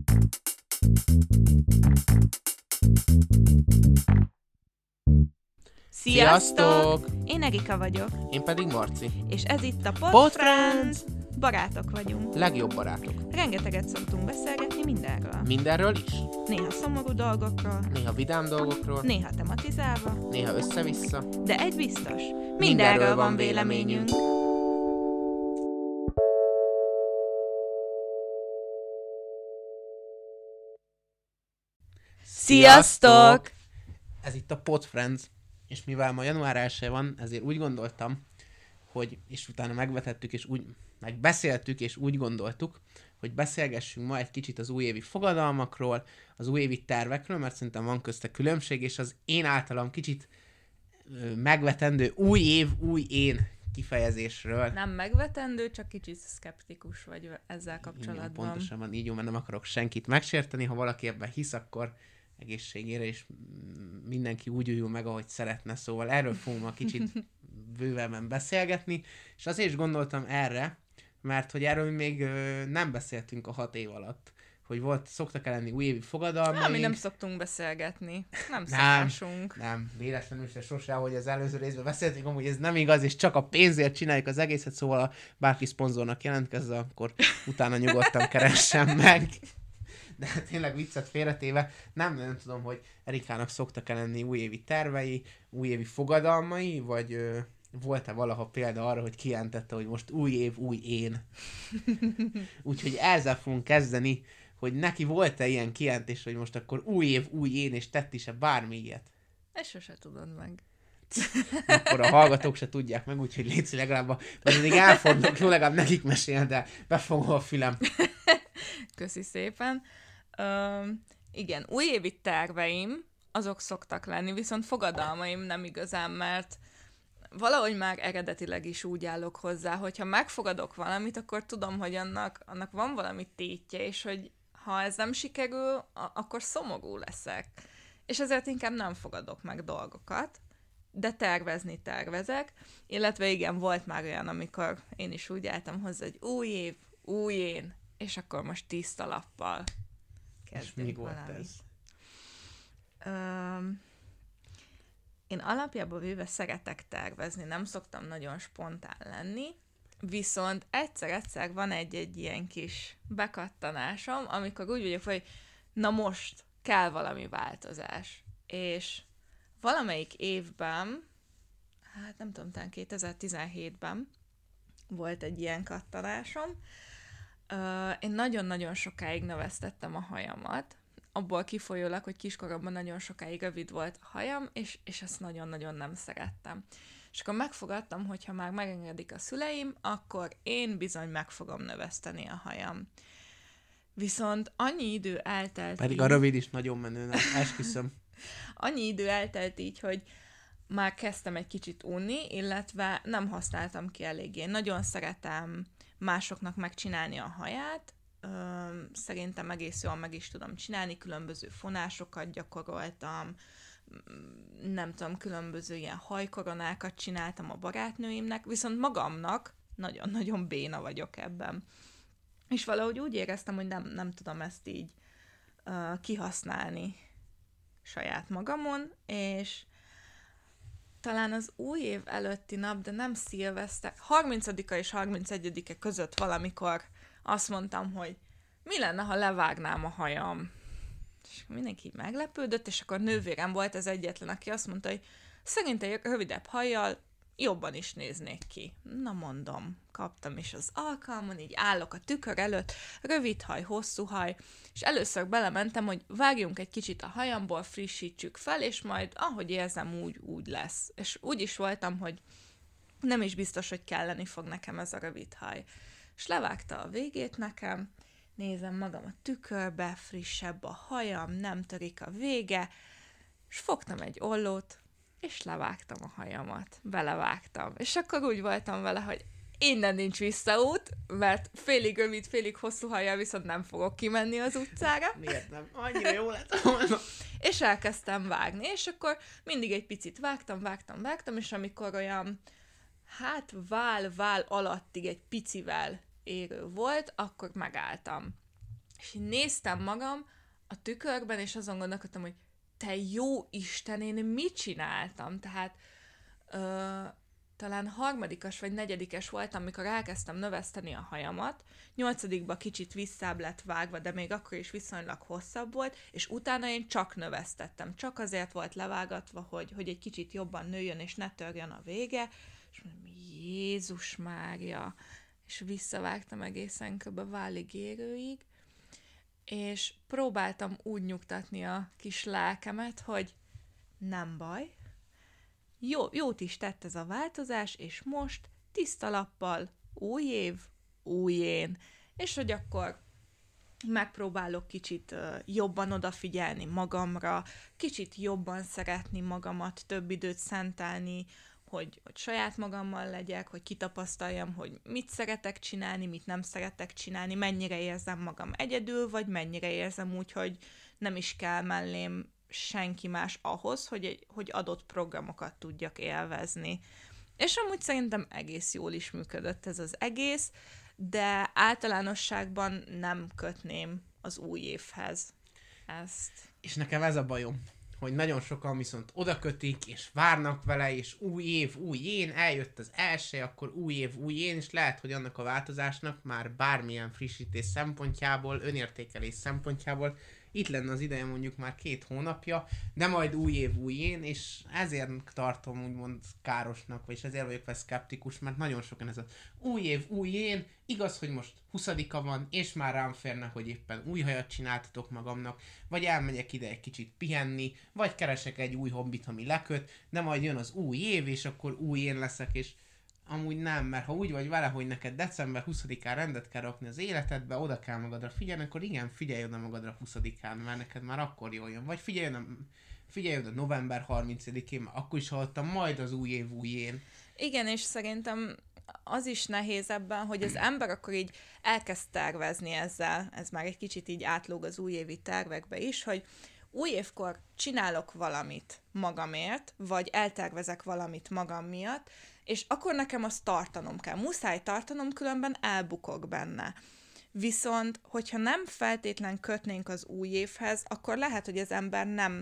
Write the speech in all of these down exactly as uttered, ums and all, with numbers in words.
Sziasztok! Én Erika vagyok. Én pedig Marci. És ez itt a Pod, Pod Friends. Barátok vagyunk. Legjobb barátok. Rengeteget szoktunk beszélgetni mindenről. Mindenről is. Néha szomorú dolgokról. Néha vidám dolgokról. Néha tematizálva. Néha össze-vissza. De egy biztos. Mindenről, Mindenről van van véleményünk. véleményünk. Sziasztok! Ez itt a Pod Friends, és mivel ma január elseje van, ezért úgy gondoltam, hogy, és utána megvetettük, és úgy megbeszéltük, és úgy gondoltuk, hogy beszélgessünk ma egy kicsit az újévi fogadalmakról, az újévi tervekről, mert szerintem van közte különbség, és az én általam kicsit ö, megvetendő új év, új én kifejezésről. Nem megvetendő, csak kicsit szkeptikus vagy ezzel kapcsolatban. Igen, pontosabban így jó, mert nem akarok senkit megsérteni, ha valaki ebben hisz, akkor egészségére, és mindenki úgy újul meg, ahogy szeretne, szóval erről fogunk ma kicsit bővebben beszélgetni, és azért is gondoltam erre, mert hogy erről még ö, nem beszéltünk a hat év alatt, hogy volt, szoktak el lenni újévi fogadalmaink. Nem, mi nem szoktunk beszélgetni. Nem szokásunk. Nem, véletlenül se sose, ahogy az előző részben beszéltünk, amúgy ez nem igaz, és csak a pénzért csináljuk az egészet, szóval ha bárki szponzornak jelentkezze, akkor utána nyugodtan keressen meg. De tényleg viccet félretéve, nem, nem tudom, hogy Erikának szoktak el lenni újévi tervei, újévi fogadalmai, vagy ö, volt-e valaha példa arra, hogy kijelentette, hogy most új év, új én. Úgyhogy ezzel fogunk kezdeni, hogy neki volt-e ilyen kijelentés, hogy most akkor új év, új én, és tett is-e bármi ilyet? Ezt sose tudod meg. Akkor a hallgatók se tudják meg, úgyhogy légy legalább, a, vagy mindig elfordulok, jó, legalább nekik mesél, de befogom a fülem. Köszi szépen. Uh, igen, újévi terveim, azok szoktak lenni, viszont fogadalmaim nem igazán, mert valahogy már eredetileg is úgy állok hozzá, hogyha megfogadok valamit, akkor tudom, hogy annak, annak van valami tétje, és hogy ha ez nem sikerül, a- akkor szomorú leszek. És ezért inkább nem fogadok meg dolgokat, de tervezni tervezek, illetve igen, volt már olyan, amikor én is úgy álltam hozzá, hogy új év, új én, és akkor most tiszta lappal kezdünk. És mi volt valami. ez? Öm, én alapjában véve szeretek tervezni, nem szoktam nagyon spontán lenni, viszont egyszer-egyszer van egy-egy ilyen kis bekattanásom, amikor úgy vagyok, hogy na most kell valami változás. És valamelyik évben, hát nem tudom, talán kétezer-tizenhétben volt egy ilyen kattanásom. Uh, én nagyon-nagyon sokáig növesztettem a hajamat, abból kifolyólag, hogy kiskoromban nagyon sokáig rövid volt a hajam, és, és ezt nagyon-nagyon nem szerettem. És akkor megfogadtam, hogy ha már megengedik a szüleim, akkor én bizony meg fogom növeszteni a hajam. Viszont annyi idő eltelt Pedig így, a rövid is nagyon menő, nem? Esküszöm. annyi idő eltelt így, hogy már kezdtem egy kicsit unni, illetve nem használtam ki eléggé. Nagyon szeretem másoknak megcsinálni a haját, Ö, szerintem egész jól meg is tudom csinálni, különböző fonásokat gyakoroltam, nem tudom, különböző ilyen hajkoronákat csináltam a barátnőimnek, viszont magamnak nagyon-nagyon béna vagyok ebben. És valahogy úgy éreztem, hogy nem, nem tudom ezt így uh, kihasználni saját magamon, és talán az új év előtti nap, de nem szilveszter, harmincadika és harmincegyedike között valamikor azt mondtam, hogy mi lenne, ha levágnám a hajam. És mindenki meglepődött, és akkor nővérem volt az egyetlen, aki azt mondta, hogy szerintem rövidebb hajjal jobban is néznék ki. Na mondom, kaptam is az alkalmon, így állok a tükör előtt, rövid haj, hosszú haj, és először belementem, hogy vágjunk egy kicsit a hajamból, frissítsük fel, és majd ahogy érzem, úgy, úgy lesz. És úgy is voltam, hogy nem is biztos, hogy kelleni fog nekem ez a rövid haj. És levágta a végét nekem, nézem magam a tükörbe, frissebb a hajam, nem törik a vége, és fogtam egy ollót, és levágtam a hajamat. Belevágtam. És akkor úgy voltam vele, hogy innen nincs visszaút, mert félig rövid, félig hosszú hajjal viszont nem fogok kimenni az utcára. Miért nem? Annyira jó lett volna. És elkezdtem vágni, és akkor mindig egy picit vágtam, vágtam, vágtam, és amikor olyan, hát vál-vál alattig egy picivel érő volt, akkor megálltam. És én néztem magam a tükörben, és azon gondolkodtam, hogy te jó Isten, én mit csináltam? Tehát ö, talán harmadikas vagy negyedikes voltam, amikor elkezdtem növeszteni a hajamat, nyolcadikba kicsit visszább lett vágva, de még akkor is viszonylag hosszabb volt, és utána én csak növesztettem. Csak azért volt levágatva, hogy, hogy egy kicsit jobban nőjön, és ne törjön a vége, és mondom, Jézus Mária, és visszavágtam egészen kb. Válig érőig, és próbáltam úgy nyugtatni a kis lelkemet, hogy nem baj, Jó, jót is tett ez a változás, és most tiszta lappal, új év, új én. És hogy akkor megpróbálok kicsit uh, jobban odafigyelni magamra, kicsit jobban szeretni magamat, több időt szentelni, hogy, hogy saját magammal legyek, hogy kitapasztaljam, hogy mit szeretek csinálni, mit nem szeretek csinálni, mennyire érzem magam egyedül, vagy mennyire érzem úgy, hogy nem is kell mellém senki más ahhoz, hogy, egy, hogy adott programokat tudjak élvezni. És amúgy szerintem egész jól is működött ez az egész, de általánosságban nem kötném az új évhez ezt. És nekem ez a bajom, hogy nagyon sokan viszont odakötik, és várnak vele, és új év, új én, eljött az első, akkor új év, új én, és lehet, hogy annak a változásnak már bármilyen frissítés szempontjából, önértékelés szempontjából itt lenne az ideje mondjuk már két hónapja, de majd új év, új én, és ezért tartom úgymond károsnak, vagyis ezért vagyok vele szkeptikus, mert nagyon sokan ez az új év, új én, igaz, hogy most huszadika van, és már rám férne, hogy éppen új hajat csináltatok magamnak, vagy elmegyek ide egy kicsit pihenni, vagy keresek egy új hobbit, ami leköt, de majd jön az új év, és akkor új én leszek, és amúgy nem, mert ha úgy vagy vele, hogy neked december huszadikán rendet kell rakni az életedbe, oda kell magadra figyelni, akkor igen, figyelj oda magadra huszadikán, mert neked már akkor jól jön. Vagy figyelj oda, figyelj oda november harmincadikán, mert akkor is hallottam, majd az új év, új én. Igen, és szerintem az is nehéz ebben, hogy az ember akkor így elkezd tervezni ezzel, ez már egy kicsit így átlóg az újévi tervekbe is, hogy új évkor csinálok valamit magamért, vagy eltervezek valamit magam miatt, és akkor nekem azt tartanom kell. Muszáj tartanom, különben elbukok benne. Viszont, hogyha nem feltétlen kötnénk az új évhez, akkor lehet, hogy az ember nem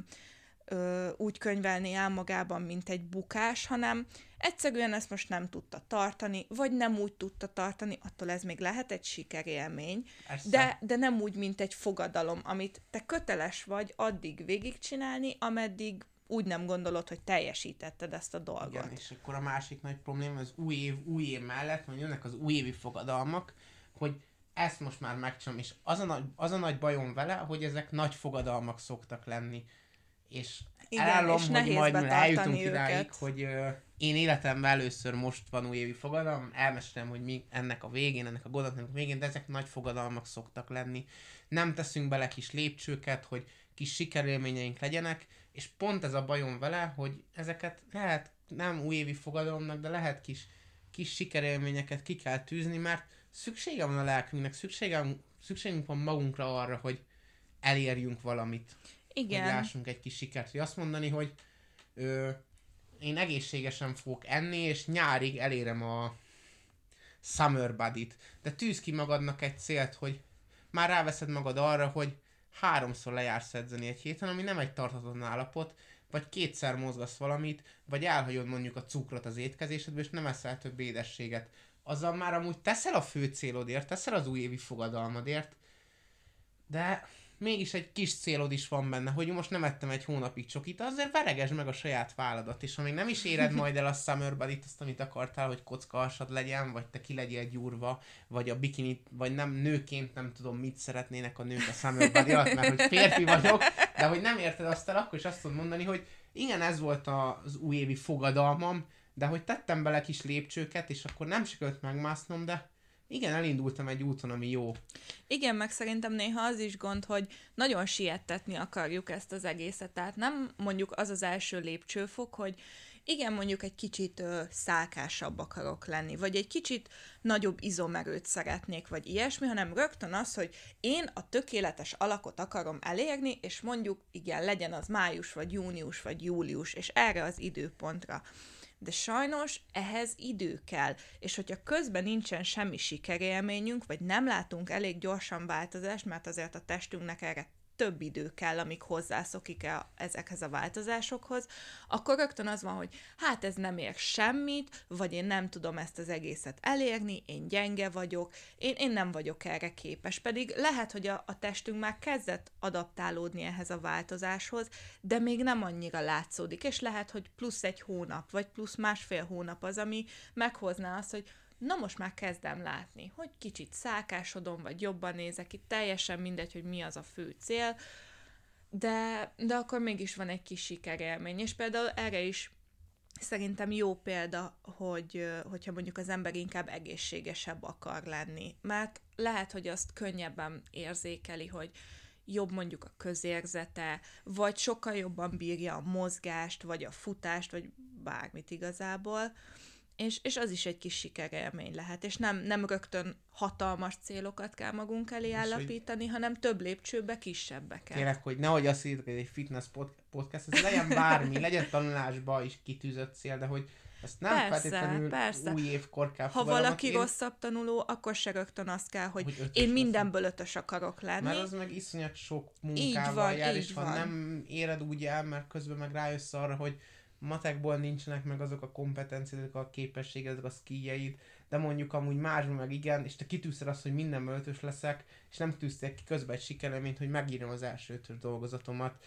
ö, úgy könyvelné el magában, mint egy bukás, hanem egyszerűen ezt most nem tudta tartani, vagy nem úgy tudta tartani, attól ez még lehet egy sikerélmény, de, de nem úgy, mint egy fogadalom, amit te köteles vagy addig végigcsinálni, ameddig úgy nem gondolod, hogy teljesítetted ezt a dolgot. Igen, és akkor a másik nagy probléma az új év, új év mellett, hogy jönnek az újévi fogadalmak, hogy ezt most már megcsinálom, és az a, nagy, az a nagy bajom vele, hogy ezek nagy fogadalmak szoktak lenni. És igen, elállom, és hogy majd eljutunk őket. idáig, hogy uh, én életemben először most van újévi fogadalom, elmesélem, hogy mi ennek a végén, ennek a gondolatnak a végén, de ezek nagy fogadalmak szoktak lenni. Nem teszünk bele kis lépcsőket, hogy kis sikerélményeink legyenek, és pont ez a bajom vele, hogy ezeket lehet nem újévi fogadalomnak, de lehet kis, kis sikerélményeket ki kell tűzni, mert szüksége van a lelkünknek, szükségünk, szükségünk van magunkra arra, hogy elérjünk valamit. Igen. Hogy lássunk egy kis sikert. Hogy azt mondani, hogy ö, én egészségesen fogok enni, és nyárig elérem a summer body-t. De tűz ki magadnak egy célt, hogy már ráveszed magad arra, hogy háromszor lejársz edzeni egy héten, ami nem egy tarthatatlan állapot, vagy kétszer mozgasz valamit, vagy elhagyod mondjuk a cukrot az étkezésedből, és nem eszel több édességet. Azzal már amúgy teszel a fő célodért, teszel az újévi fogadalmadért, de mégis egy kis célod is van benne, hogy most nem ettem egy hónapig csokit, azért veregesd meg a saját válladat, és ha még nem is éred majd el a summer body-t, azt, amit akartál, hogy kockahasad legyen, vagy te ki legyél gyúrva, vagy a bikinit, vagy nem nőként nem tudom, mit szeretnének a nők a summer body alatt, mert hogy férfi vagyok, de hogy nem érted azt el, akkor is azt tudod mondani, hogy igen, ez volt az újévi fogadalmam, de hogy tettem bele kis lépcsőket, és akkor nem sikerült megmásznom, de igen, elindultam egy úton, ami jó. Igen, meg szerintem néha az is gond, hogy nagyon siettetni akarjuk ezt az egészet. Tehát nem mondjuk az az első lépcsőfok, hogy igen, mondjuk egy kicsit ö, szálkásabb akarok lenni, vagy egy kicsit nagyobb izomerőt szeretnék, vagy ilyesmi, hanem rögtön az, hogy én a tökéletes alakot akarom elérni, és mondjuk, igen, legyen az május, vagy június, vagy július, és erre az időpontra. de sajnos ehhez idő kell, és hogyha közben nincsen semmi sikerélményünk, vagy nem látunk elég gyorsan változást, mert azért a testünknek erre több idő kell, amíg hozzászokik el ezekhez a változásokhoz, akkor rögtön az van, hogy hát ez nem ér semmit, vagy én nem tudom ezt az egészet elérni, én gyenge vagyok, én, én nem vagyok erre képes. Pedig lehet, hogy a, a testünk már kezdett adaptálódni ehhez a változáshoz, de még nem annyira látszódik, és lehet, hogy plusz egy hónap, vagy plusz másfél hónap az, ami meghozná azt, hogy na most már kezdem látni, hogy kicsit szálkásodom, vagy jobban nézek, itt teljesen mindegy, hogy mi az a fő cél, de, de akkor mégis van egy kis sikerélmény, és például erre is szerintem jó példa, hogy, hogyha mondjuk az ember inkább egészségesebb akar lenni, mert lehet, hogy azt könnyebben érzékeli, hogy jobb mondjuk a közérzete, vagy sokkal jobban bírja a mozgást, vagy a futást, vagy bármit igazából, És, és az is egy kis sikerélmény lehet, és nem, nem rögtön hatalmas célokat kell magunk elé állapítani, hogy... hanem több lépcsőbe, kisebbeket. Tényleg, hogy nehogy azt írjuk, hogy egy fitness podcast, ez legyen bármi, legyen tanulásba is kitűzött cél, de hogy ezt nem persze, feltétlenül persze. új évkor kell Ha valaki én... rosszabb tanuló, akkor se rögtön azt kell, hogy, hogy én mindenből ötös akarok lenni. Mert az meg iszonyat sok munkával van, jár, és ha nem éred úgy el, mert közben meg rájössz arra, hogy matekból nincsenek meg azok a kompetenciák, a képességek, a skilljeid, de mondjuk amúgy másban meg igen, és te kitűzted azt, hogy mindenből ötös leszek, és nem tűztél ki közben egy sikerélményt, hogy megírom az első ötös dolgozatomat.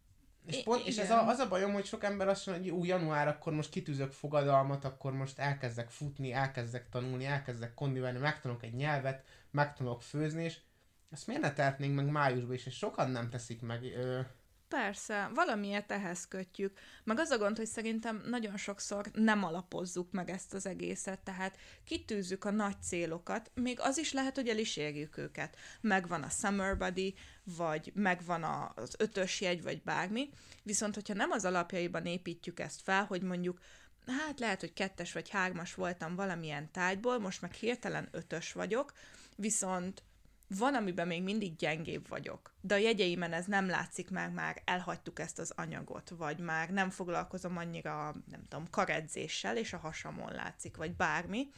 És, pont, és ez a, az a bajom, hogy sok ember azt mondja, hogy ú, január, akkor most kitűzök fogadalmat, akkor most elkezdek futni, elkezdek tanulni, elkezdek kondiválni, megtanulok egy nyelvet, megtanulok főzni, és ezt miért ne tehetnénk meg májusban is, és sokan nem teszik meg... Ö, Persze, valamiért ehhez kötjük. Meg az a gond, hogy szerintem nagyon sokszor nem alapozzuk meg ezt az egészet, tehát kitűzzük a nagy célokat, még az is lehet, hogy el is érjük őket. Megvan a summer body, vagy megvan az ötös jegy, vagy bármi, viszont hogyha nem az alapjaiban építjük ezt fel, hogy mondjuk hát lehet, hogy kettes vagy hármas voltam valamilyen tárgyból, most meg hirtelen ötös vagyok, viszont van, amiben még mindig gyengébb vagyok, de a jegyeimen ez nem látszik, mert már elhagytuk ezt az anyagot, vagy már nem foglalkozom annyira, nem tudom, karedzéssel, és a hasamon látszik, vagy bármi,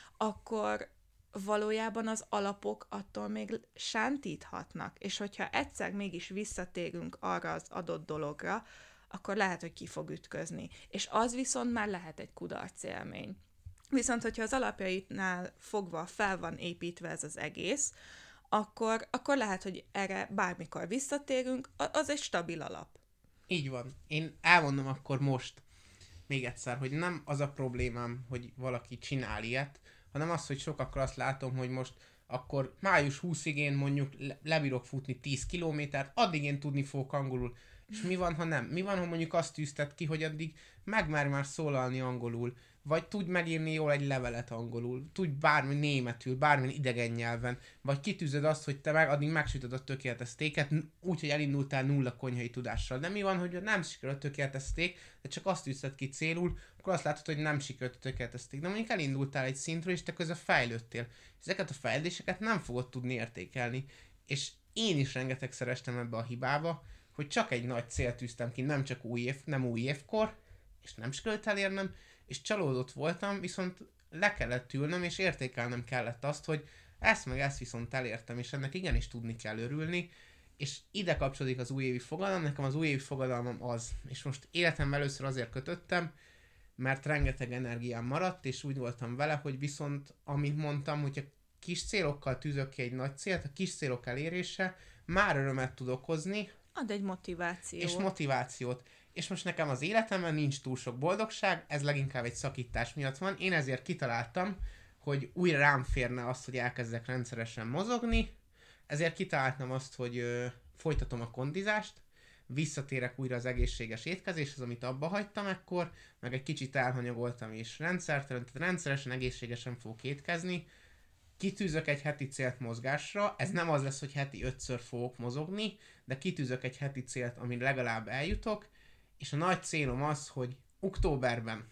akkor valójában az alapok attól még sántíthatnak, és hogyha egyszer mégis visszatérünk arra az adott dologra, akkor lehet, hogy ki fog ütközni. És az viszont már lehet egy kudarc élmény. Viszont, hogyha az alapjaitnál fogva fel van építve ez az egész, akkor, akkor lehet, hogy erre bármikor visszatérünk, az egy stabil alap. Így van. Én elmondom akkor most még egyszer, hogy nem az a problémám, hogy valaki csinál ilyet, hanem az, hogy sokakkor azt látom, hogy most akkor május huszadikáig én mondjuk le- lebírok futni tíz kilométert, addig én tudni fogok angolul. És mi van, ha nem? Mi van, ha mondjuk azt tűzted ki, hogy addig megmer már szólalni angolul, vagy tudj megírni jól egy levelet angolul, tudj bármi németül, bármilyen idegen nyelven, vagy kitűzöd azt, hogy te meg addig megsütöd a tökéletes sztéket, úgy, hogy elindultál nulla konyhai tudással. De mi van, hogy nem sikerült a tökéletes szték, de csak azt tűzted ki célul, akkor azt látod, hogy nem sikerült a tökéletes szték. De mondjuk elindultál egy szintről, és te közben fejlődtél. Ezeket a fejlődéseket nem fogod tudni értékelni. És én is rengetegszer estem ebbe a hibába, hogy csak egy nagy célt tűztem ki, nem csak új év, nem új évkor, és nem sikerült elérnem, és csalódott voltam, viszont le kellett ülnöm, és értékelnem kellett azt, hogy ezt meg ezt viszont elértem, és ennek igenis tudni kell örülni, és ide kapcsolódik az újévi fogadalom, nekem az újévi fogadalmam az, és most életemben először azért kötöttem, mert rengeteg energiám maradt, és úgy voltam vele, hogy viszont, amit mondtam, hogyha kis célokkal tűzök ki egy nagy célt, a kis célok elérése már örömet tud okozni. Ad egy motivációt. És motivációt. És most nekem az életemben nincs túl sok boldogság, ez leginkább egy szakítás miatt van. Én ezért kitaláltam, hogy újra rám férne azt, hogy elkezdek rendszeresen mozogni, ezért kitaláltam azt, hogy ö, folytatom a kondizást, visszatérek újra az egészséges étkezéshez, amit abba hagytam ekkor, meg egy kicsit elhanyagoltam és rendszertelen, tehát rendszeresen egészségesen fogok étkezni, kitűzök egy heti célt mozgásra, ez nem az lesz, hogy heti ötször fogok mozogni, de kitűzök egy heti célt, amin legalább eljutok, és a nagy célom az, hogy októberben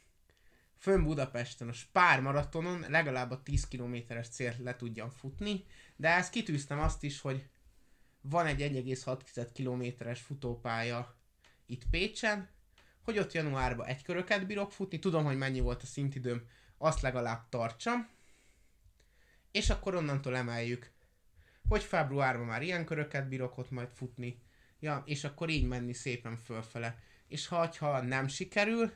fönn Budapesten a Spár maratonon legalább a tíz kilométeres célt le tudjam futni, de ezt kitűztem azt is, hogy van egy egy egész hat kilométeres futópálya itt Pécsen, hogy ott januárban egy köröket bírok futni, tudom, hogy mennyi volt a szintidőm, azt legalább tartsam, és akkor onnantól emeljük, hogy februárban már ilyen köröket bírok ott majd futni, ja, és akkor így menni szépen fölfele. És ha, ha nem sikerül,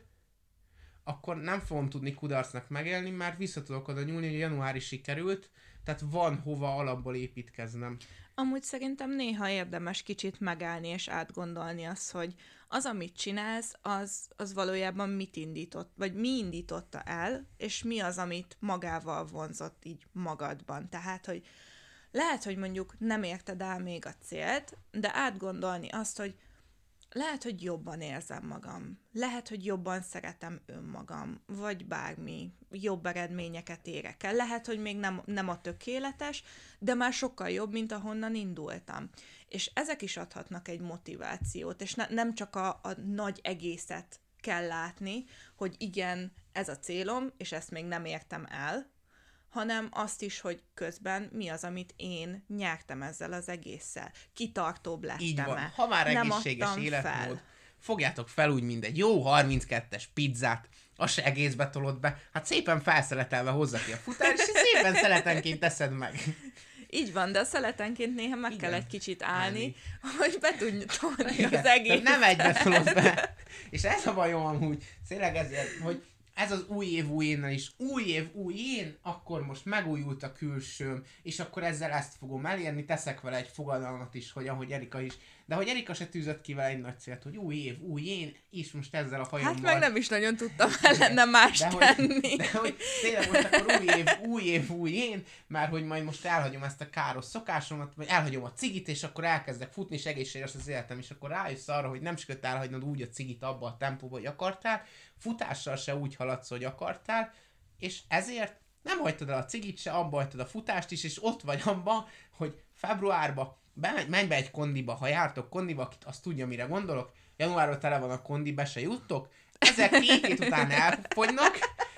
akkor nem fogom tudni kudarcnak megélni, mert vissza tudok oda nyúlni, hogy januári sikerült, tehát van hova alapból építkeznem. Amúgy szerintem néha érdemes kicsit megállni és átgondolni azt, hogy az, amit csinálsz, az, az valójában mit indított, vagy mi indította el, és mi az, amit magával vonzott így magadban. Tehát, hogy lehet, hogy mondjuk nem érted el még a célt, de átgondolni azt, hogy lehet, hogy jobban érzem magam, lehet, hogy jobban szeretem önmagam, vagy bármi, jobb eredményeket érek el. Lehet, hogy még nem, nem a tökéletes, de már sokkal jobb, mint ahonnan indultam. És ezek is adhatnak egy motivációt, és ne, nem csak a, a nagy egészet kell látni, hogy igen, ez a célom, és ezt még nem értem el, hanem azt is, hogy közben mi az, amit én nyertem ezzel az egésszel. Kitartóbb lettem. Így van. Ha már egészséges életmód, fel. Fogjátok fel úgy, mint egy jó harminckettes pizzát, az se egészbe tolod be, hát szépen felszeletelve hozza ki a futár, és szépen szeletenként teszed meg. Így van, de a szeletenként néha meg igen. kell egy kicsit állni, állni. hogy be tudj tolni igen. az egész. Nem egybe tolod be. És ez a bajom amúgy, tényleg ezért, hogy ez az új év új énnel is, új év új én, akkor most megújult a külsőm, és akkor ezzel ezt fogom elérni, teszek vele egy fogadalmat is, hogy ahogy Erika is, de hogy Erika se tűzött ki vele egy nagy célt, hogy új év, új én, és most ezzel a hajommal. Hát meg nem is nagyon tudtam ellene más de tenni. Hogy, de hogy tényleg most akkor új év, új év, új én, mert hogy majd most elhagyom ezt a káros szokásomat, vagy elhagyom a cigit, és akkor elkezdek futni, és egészséges az életem, és akkor rájössz arra, hogy nem sikerült elhagynod úgy a cigit abba a tempóba, hogy akartál, futással se úgy haladsz, hogy akartál, és ezért nem hagytad el a cigit se, abba hagytad a futást is, és ott vagy abban, hogy februárban bemegy, menj be egy kondiba, ha jártok kondiba, akit azt tudja, mire gondolok, januárban tele van a kondi, be se juttok, ezek két hét után elfogynak,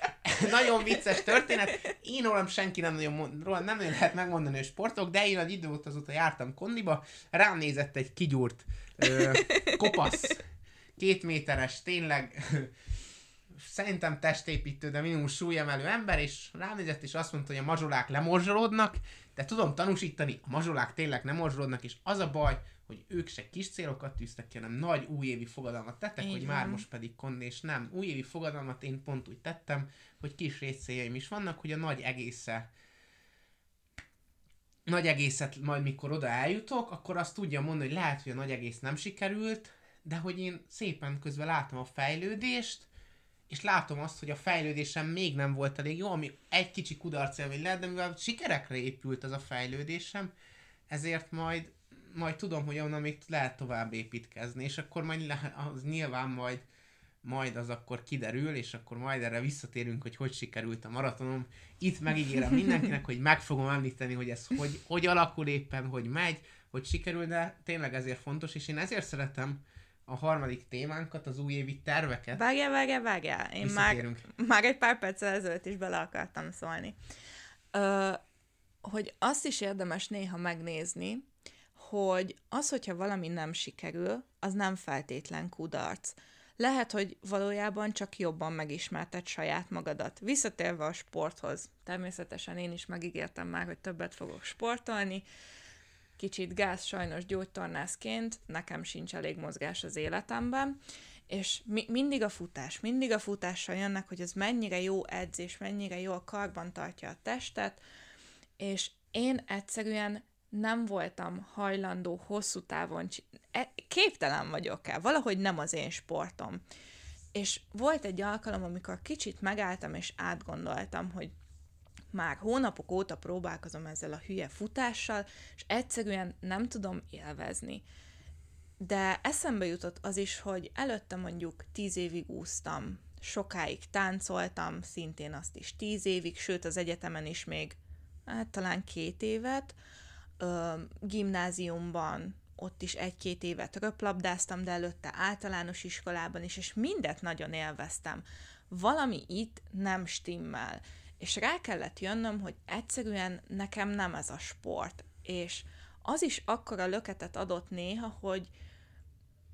nagyon vicces történet, én rólam senki nem nagyon, mond, rólam nem nagyon lehet megmondani, hogy sportok, de én egy idő volt azóta jártam kondiba, rám nézett egy kigyúrt ö, kopasz, két méteres, tényleg szerintem testépítő, de minimum súlyemelő ember, és ránézett, és azt mondta, hogy a mazsolák lemorzsolódnak, de tudom tanúsítani, a mazsolák tényleg nem morzsolódnak, és az a baj, hogy ők se kis célokat tűztek ki, hanem nagy újévi fogadalmat tettek, így hogy van. Már most pedig kondi, és nem. Újévi fogadalmat én pont úgy tettem, hogy kis részcéljaim is vannak, hogy a nagy egésszel nagy egészet majd mikor oda eljutok, akkor azt tudja mondani, hogy lehet, hogy a nagy egész nem sikerült, de hogy én szépen közben látom a fejlődést, és látom azt, hogy a fejlődésem még nem volt elég jó, ami egy kicsi kudarc élmény lehet, de mivel sikerekre épült az a fejlődésem, ezért majd, majd tudom, hogy onnan még lehet tovább építkezni, és akkor majd le, az nyilván majd, majd az akkor kiderül, és akkor majd erre visszatérünk, hogy hogy sikerült a maratonom. Itt megígérem mindenkinek, hogy meg fogom említeni, hogy ez hogy, hogy alakul éppen, hogy megy, hogy sikerül, de tényleg ezért fontos, és én ezért szeretem a harmadik témánkat, az újévi terveket. Vágjál, vágjál, vágjál. Én már, már egy pár perccel ezelőtt is bele akartam szólni. Ö, hogy azt is érdemes néha megnézni, hogy az, hogyha valami nem sikerül, az nem feltétlen kudarc. Lehet, hogy valójában csak jobban megismerted saját magadat. Visszatérve a sporthoz. Természetesen én is megígértem már, hogy többet fogok sportolni. Kicsit gáz sajnos gyógytornászként, nekem sincs elég mozgás az életemben, és mi, mindig a futás, mindig a futással jönnek, hogy ez mennyire jó edzés, mennyire jól karban tartja a testet, és én egyszerűen nem voltam hajlandó hosszú távon, képtelen vagyok el, valahogy nem az én sportom. És volt egy alkalom, amikor kicsit megálltam, és átgondoltam, hogy már hónapok óta próbálkozom ezzel a hülye futással, és egyszerűen nem tudom élvezni. De eszembe jutott az is, hogy előtte mondjuk tíz évig úsztam, sokáig táncoltam, szintén azt is tíz évig, sőt az egyetemen is még hát talán két évet, ö, gimnáziumban ott is egy-két évet röplabdáztam, de előtte általános iskolában is, és mindet nagyon élveztem. Valami itt nem stimmel. És rá kellett jönnöm, hogy egyszerűen nekem nem ez a sport. És az is akkora löketet adott néha, hogy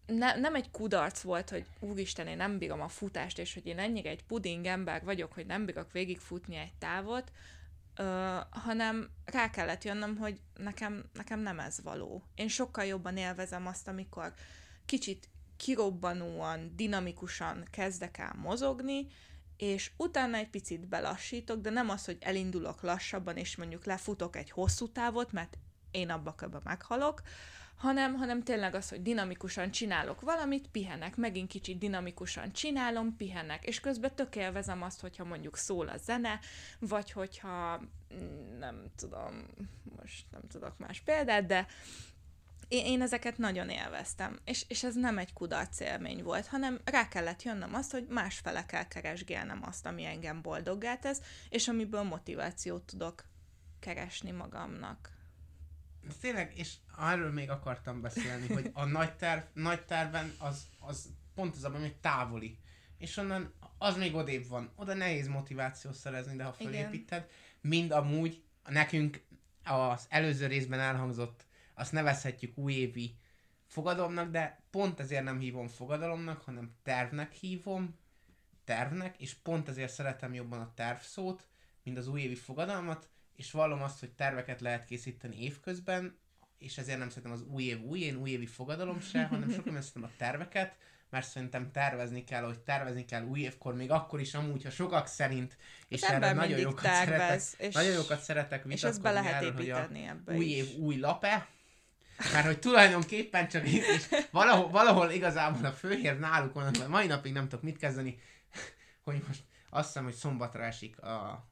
ne, nem egy kudarc volt, hogy úristen, én nem bírom a futást, és hogy én ennyire egy puding ember vagyok, hogy nem bírok végigfutni egy távot, ö, hanem rá kellett jönnöm, hogy nekem, nekem nem ez való. Én sokkal jobban élvezem azt, amikor kicsit kirobbanóan, dinamikusan kezdek el mozogni, és utána egy picit belassítok, de nem az, hogy elindulok lassabban, és mondjuk lefutok egy hosszú távot, mert én abba köbben meghalok, hanem, hanem tényleg az, hogy dinamikusan csinálok valamit, pihenek, megint kicsit dinamikusan csinálom, pihenek, és közben tök élvezem azt, hogyha mondjuk szól a zene, vagy hogyha nem tudom, most nem tudok más példát, de én, én ezeket nagyon élveztem, és, és ez nem egy kudarc élmény volt, hanem rá kellett jönnöm azt, hogy másfele kell keresgélnem azt, ami engem boldoggá tesz, és amiből motivációt tudok keresni magamnak. Tényleg, és arról még akartam beszélni, hogy a nagy, terv, nagy terven az, az pont az abban, hogy távoli. És onnan az még odébb van. Oda nehéz motivációt szerezni, de ha felépíted, mind amúgy nekünk az előző részben elhangzott, azt nevezhetjük újévi fogadalomnak, de pont ezért nem hívom fogadalomnak, hanem tervnek hívom, tervnek, és pont ezért szeretem jobban a terv szót, mint az újévi fogadalmat, és vallom azt, hogy terveket lehet készíteni évközben, és ezért nem szeretem az új év új, én újévi fogadalom se, hanem sokkal szeretem a terveket, mert szerintem tervezni kell, hogy tervezni kell új évkor, még akkor is amúgy, ha sokak szerint, és az erre nagyon jókat, tervez, szeretek, és, nagyon jókat szeretek vitatkozni, és ezt be lehet erről, hogy a ebbe új is. év új lap-e, mert hogy tulajdonképpen csak és valahol, valahol igazából a főhír náluk van, mert mai napig nem tudok mit kezdeni, hogy most azt hiszem, hogy szombatra esik a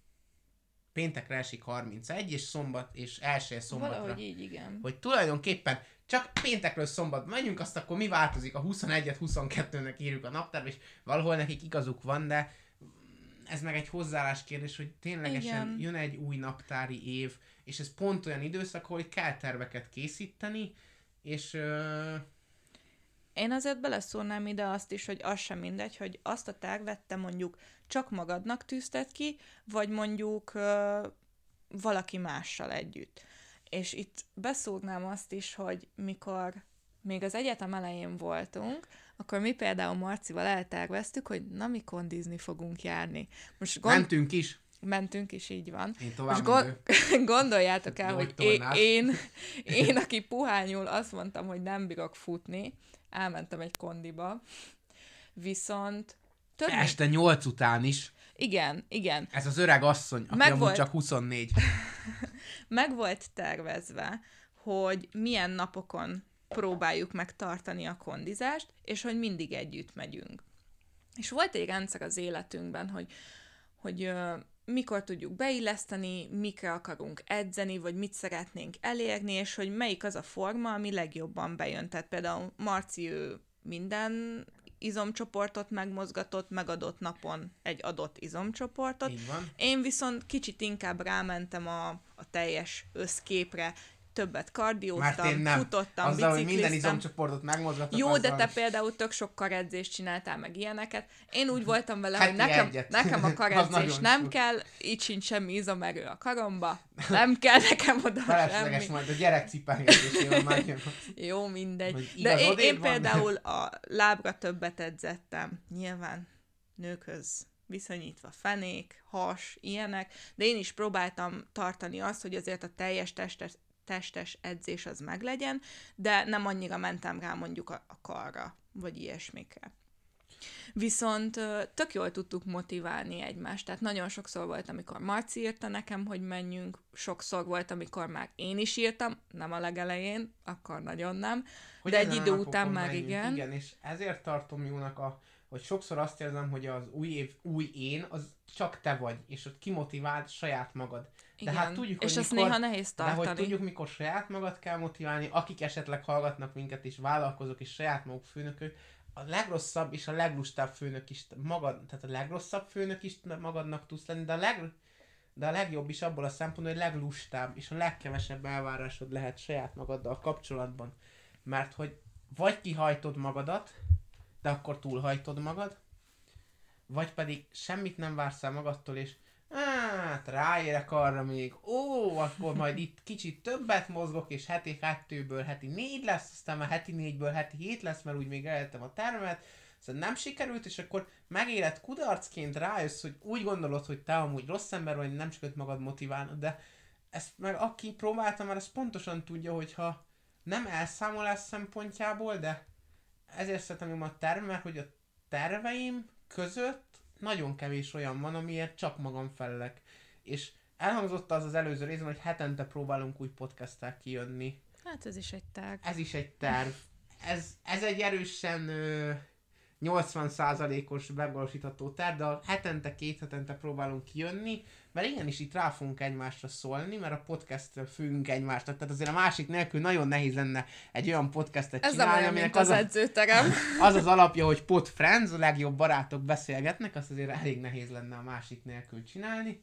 péntekre esik harmincegy, és szombat, és első szombatra. Valahogy így, igen. Hogy tulajdonképpen csak péntekről szombat menjünk, azt akkor mi változik? A huszonegyet huszonkettőnek írjuk a naptárba, és valahol nekik igazuk van, de ez meg egy hozzáállás kérdés, hogy ténylegesen igen. Jön egy új naptári év, és ez pont olyan időszak, hogy kell terveket készíteni, és... Uh... Én azért beleszólnám ide azt is, hogy az sem mindegy, hogy azt a tervet te mondjuk csak magadnak tűzted ki, vagy mondjuk uh, valaki mással együtt. És itt beszúrnám azt is, hogy mikor még az egyetem elején voltunk, akkor mi például Marcival elterveztük, hogy na mi kondizni fogunk járni. Most gond... Mentünk is. Mentünk is, így van. Én tovább Most go- gondoljátok el, hogy én, én, én, aki puhányul, azt mondtam, hogy nem bírok futni, elmentem egy kondiba, viszont... Több este nyolc után is. Igen, igen. Ez az öreg asszony, aki meg amúgy volt... csak huszonnégy. Meg volt tervezve, hogy milyen napokon próbáljuk meg tartani a kondizást, és hogy mindig együtt megyünk. És volt egy rendszer az életünkben, hogy, hogy uh, mikor tudjuk beilleszteni, mikre akarunk edzeni, vagy mit szeretnénk elérni, és hogy melyik az a forma, ami legjobban bejön. Tehát például Marci ő minden izomcsoportot megmozgatott, megadott napon egy adott izomcsoportot. Így van. Én viszont kicsit inkább rámentem a, a teljes összképre, többet kardióztam, futottam, azzal, bicikliztem. hogy minden izomcsoportot megmozgattam. Jó, de azzal... te például tök sok karedzést csináltál, meg ilyeneket. Én úgy voltam vele, hát hogy nekem, nekem a karedzés nem sok. kell, így sincs semmi izomerő a karomba, nem kell nekem oda Felesleges semmi. majd a gyerekcipelgetésével már jön. Jó, mindegy. De én, én például a lábra többet edzettem. Nyilván nőkhöz viszonyítva fenék, has, ilyenek, de én is próbáltam tartani azt, hogy azért a teljes testes, testes edzés az meglegyen, de nem annyira mentem rá mondjuk a, a karra, vagy ilyesmikre. Viszont tök jól tudtuk motiválni egymást, tehát nagyon sokszor volt, amikor Marci írta nekem, hogy menjünk, sokszor volt, amikor már én is írtam, nem a legelején, akkor nagyon nem, hogy de egy idő után már menjünk, igen. Igen, és ezért tartom jónak, a, hogy sokszor azt érzem, hogy az új év, új én, az csak te vagy, és ott kimotiváld saját magad. De igen, hát tudjuk, és hogy azt mikor, néha nehéz tartani. De hogy tudjuk, mikor saját magad kell motiválni, akik esetleg hallgatnak minket, és vállalkozók, és saját maguk főnökök, a legrosszabb és a leglustább főnök is magad, tehát a legrosszabb főnök is magadnak tudsz lenni, de a, leg, de a legjobb is abból a szempontból, hogy leglustább és a legkevesebb elvárásod lehet saját magaddal kapcsolatban. Mert hogy vagy kihajtod magadat, de akkor túlhajtod magad, vagy pedig semmit nem vársz el magadtól, és hát ráérek arra még, ó, akkor majd itt kicsit többet mozgok, és heti kettőből heti négy lesz, aztán már heti négyből heti hét lesz, mert úgy még eljöttem a termet, szóval nem sikerült, és akkor megéled kudarcként rájössz, hogy úgy gondolod, hogy te amúgy rossz ember vagy, nem sikerült magad motiválnod, de ezt meg aki próbálta már, az pontosan tudja, hogyha nem elszámolás szempontjából, de ezért szeretem a tervet, hogy a terveim között nagyon kevés olyan van, amiért csak magam felelek. És elhangzott az az előző részben, hogy hetente próbálunk új podcasttel kijönni. Hát ez is egy terv. Ez is egy terv. Ez, ez egy erősen ö, nyolcvan százalékos megvalósítható terv, de a hetente, két hetente próbálunk kijönni, mert igenis itt rá fogunk egymásra szólni, mert a podcasttől függünk egymásra. Tehát azért a másik nélkül nagyon nehéz lenne egy olyan podcastet ez csinálni, nem aminek az, az, az edzőterem. az az alapja, hogy pod friends, a legjobb barátok beszélgetnek, azt azért elég nehéz lenne a másik nélkül csinálni.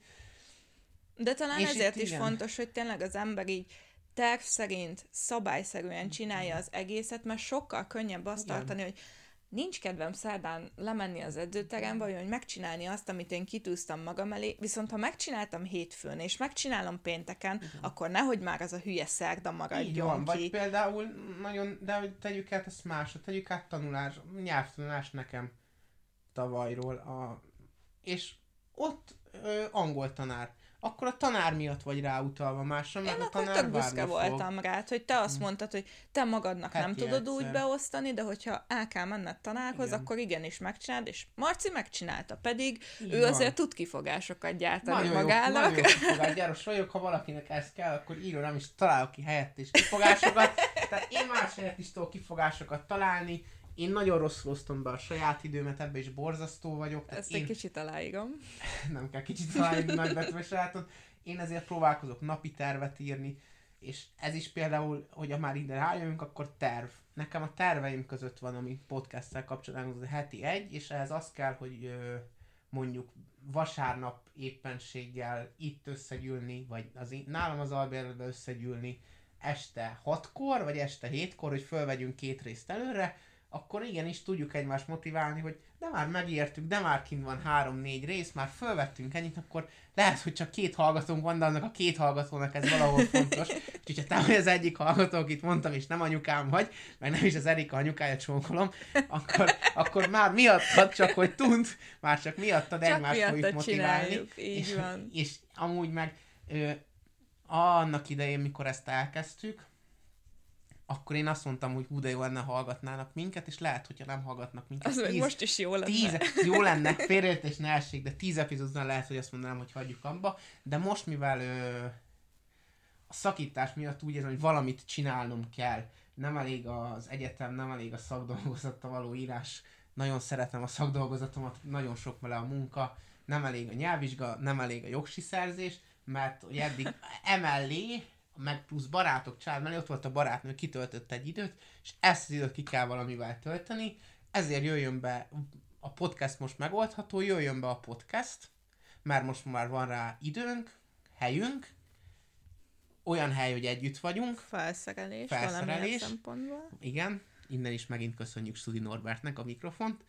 De talán És ezért is igen. fontos, hogy tényleg az ember így terv szerint, szabályszerűen csinálja az egészet, mert sokkal könnyebb azt Igen. tartani, hogy nincs kedvem szerdán lemenni az edzőterembe, vagy megcsinálni azt, amit én kitűztem magam elé, viszont ha megcsináltam hétfőn, és megcsinálom pénteken, igen. akkor nehogy már az a hülye szerda maradjon van, ki. vagy például nagyon, de hogy tegyük át ezt másra, tegyük át tanulás, nyelvtanulás nekem tavalyról, a, és ott ö, angol tanár. Akkor a tanár miatt vagy ráutalva másra, mert Én a akkor tanár tök büszke voltam rád, hogy te azt mondtad, hogy te magadnak Heti nem tudod egyszer. úgy beosztani, de hogyha el kell menned tanárhoz, Igen. akkor igenis megcsináld, és Marci megcsinálta, pedig Így ő van. azért tud kifogásokat gyártani Nagyon jó, magának. nagyon jó kifogágyáros vagyok, ha valakinek ez kell, akkor író nem is találok ki helyett is kifogásokat. Tehát én más helyett is tudok kifogásokat találni. Én nagyon rosszul osztom be a saját időmet, ebbe is borzasztó vagyok. Tehát Ezt én... egy kicsit aláírom. nem kell kicsit találni nagybetűve sajátot. Én ezért próbálkozok napi tervet írni, és ez is például, hogy már ide rájövünk, akkor terv. Nekem a terveim között van, ami podcasttel kapcsolatban, az a heti egy, és ehhez az kell, hogy ö, mondjuk vasárnap éppenséggel itt összegyűlni, vagy az, nálam az Albertbe összegyűlni este hatkor, vagy este hétkor, hogy fölvegyünk két részt előre, akkor igenis tudjuk egymást motiválni, hogy de már megértük, de már kint van három-négy rész, már fölvettünk ennyit, akkor lehet, hogy csak két hallgatónk van, de annak a két hallgatónak ez valahol fontos. Úgyhogy ha te vagy az egyik hallgató, akit mondtam, és nem anyukám vagy, meg nem is az Erika anyukája csókolom, akkor, akkor már miattad, csak hogy tudd, már csak miattad Csak egymást fogjuk miattad motiválni. csináljuk, így és, van. és amúgy meg ö, annak idején, mikor ezt elkezdtük, akkor én azt mondtam, hogy hú, de jó lenne, hallgatnának minket, és lehet, hogyha nem hallgatnak minket. Az meg most is jó lenne. Tíz, jó lenne, félreértés ne essék, de tíz epizódnál lehet, hogy azt mondanám, hogy hagyjuk abba, de most mivel ö, a szakítás miatt úgy érzem, hogy valamit csinálnom kell, nem elég az egyetem, nem elég a szakdolgozattal való írás, nagyon szeretem a szakdolgozatomat, nagyon sok vele a munka, nem elég a nyelvvizsga, nem elég a jogsi szerzés, mert ugye eddig emellé, meg plusz barátok, család mellé, ott volt a barátnő, kitöltött egy időt, és ezt az időt ki kell valamivel tölteni, ezért jöjjön be, a podcast most megoldható, jöjjön be a podcast, mert most már van rá időnk, helyünk, olyan hely, hogy együtt vagyunk. Felszerelés, Felszerelés. valamilyen szempontból. Igen, innen is megint köszönjük Studi Norbertnek a mikrofont,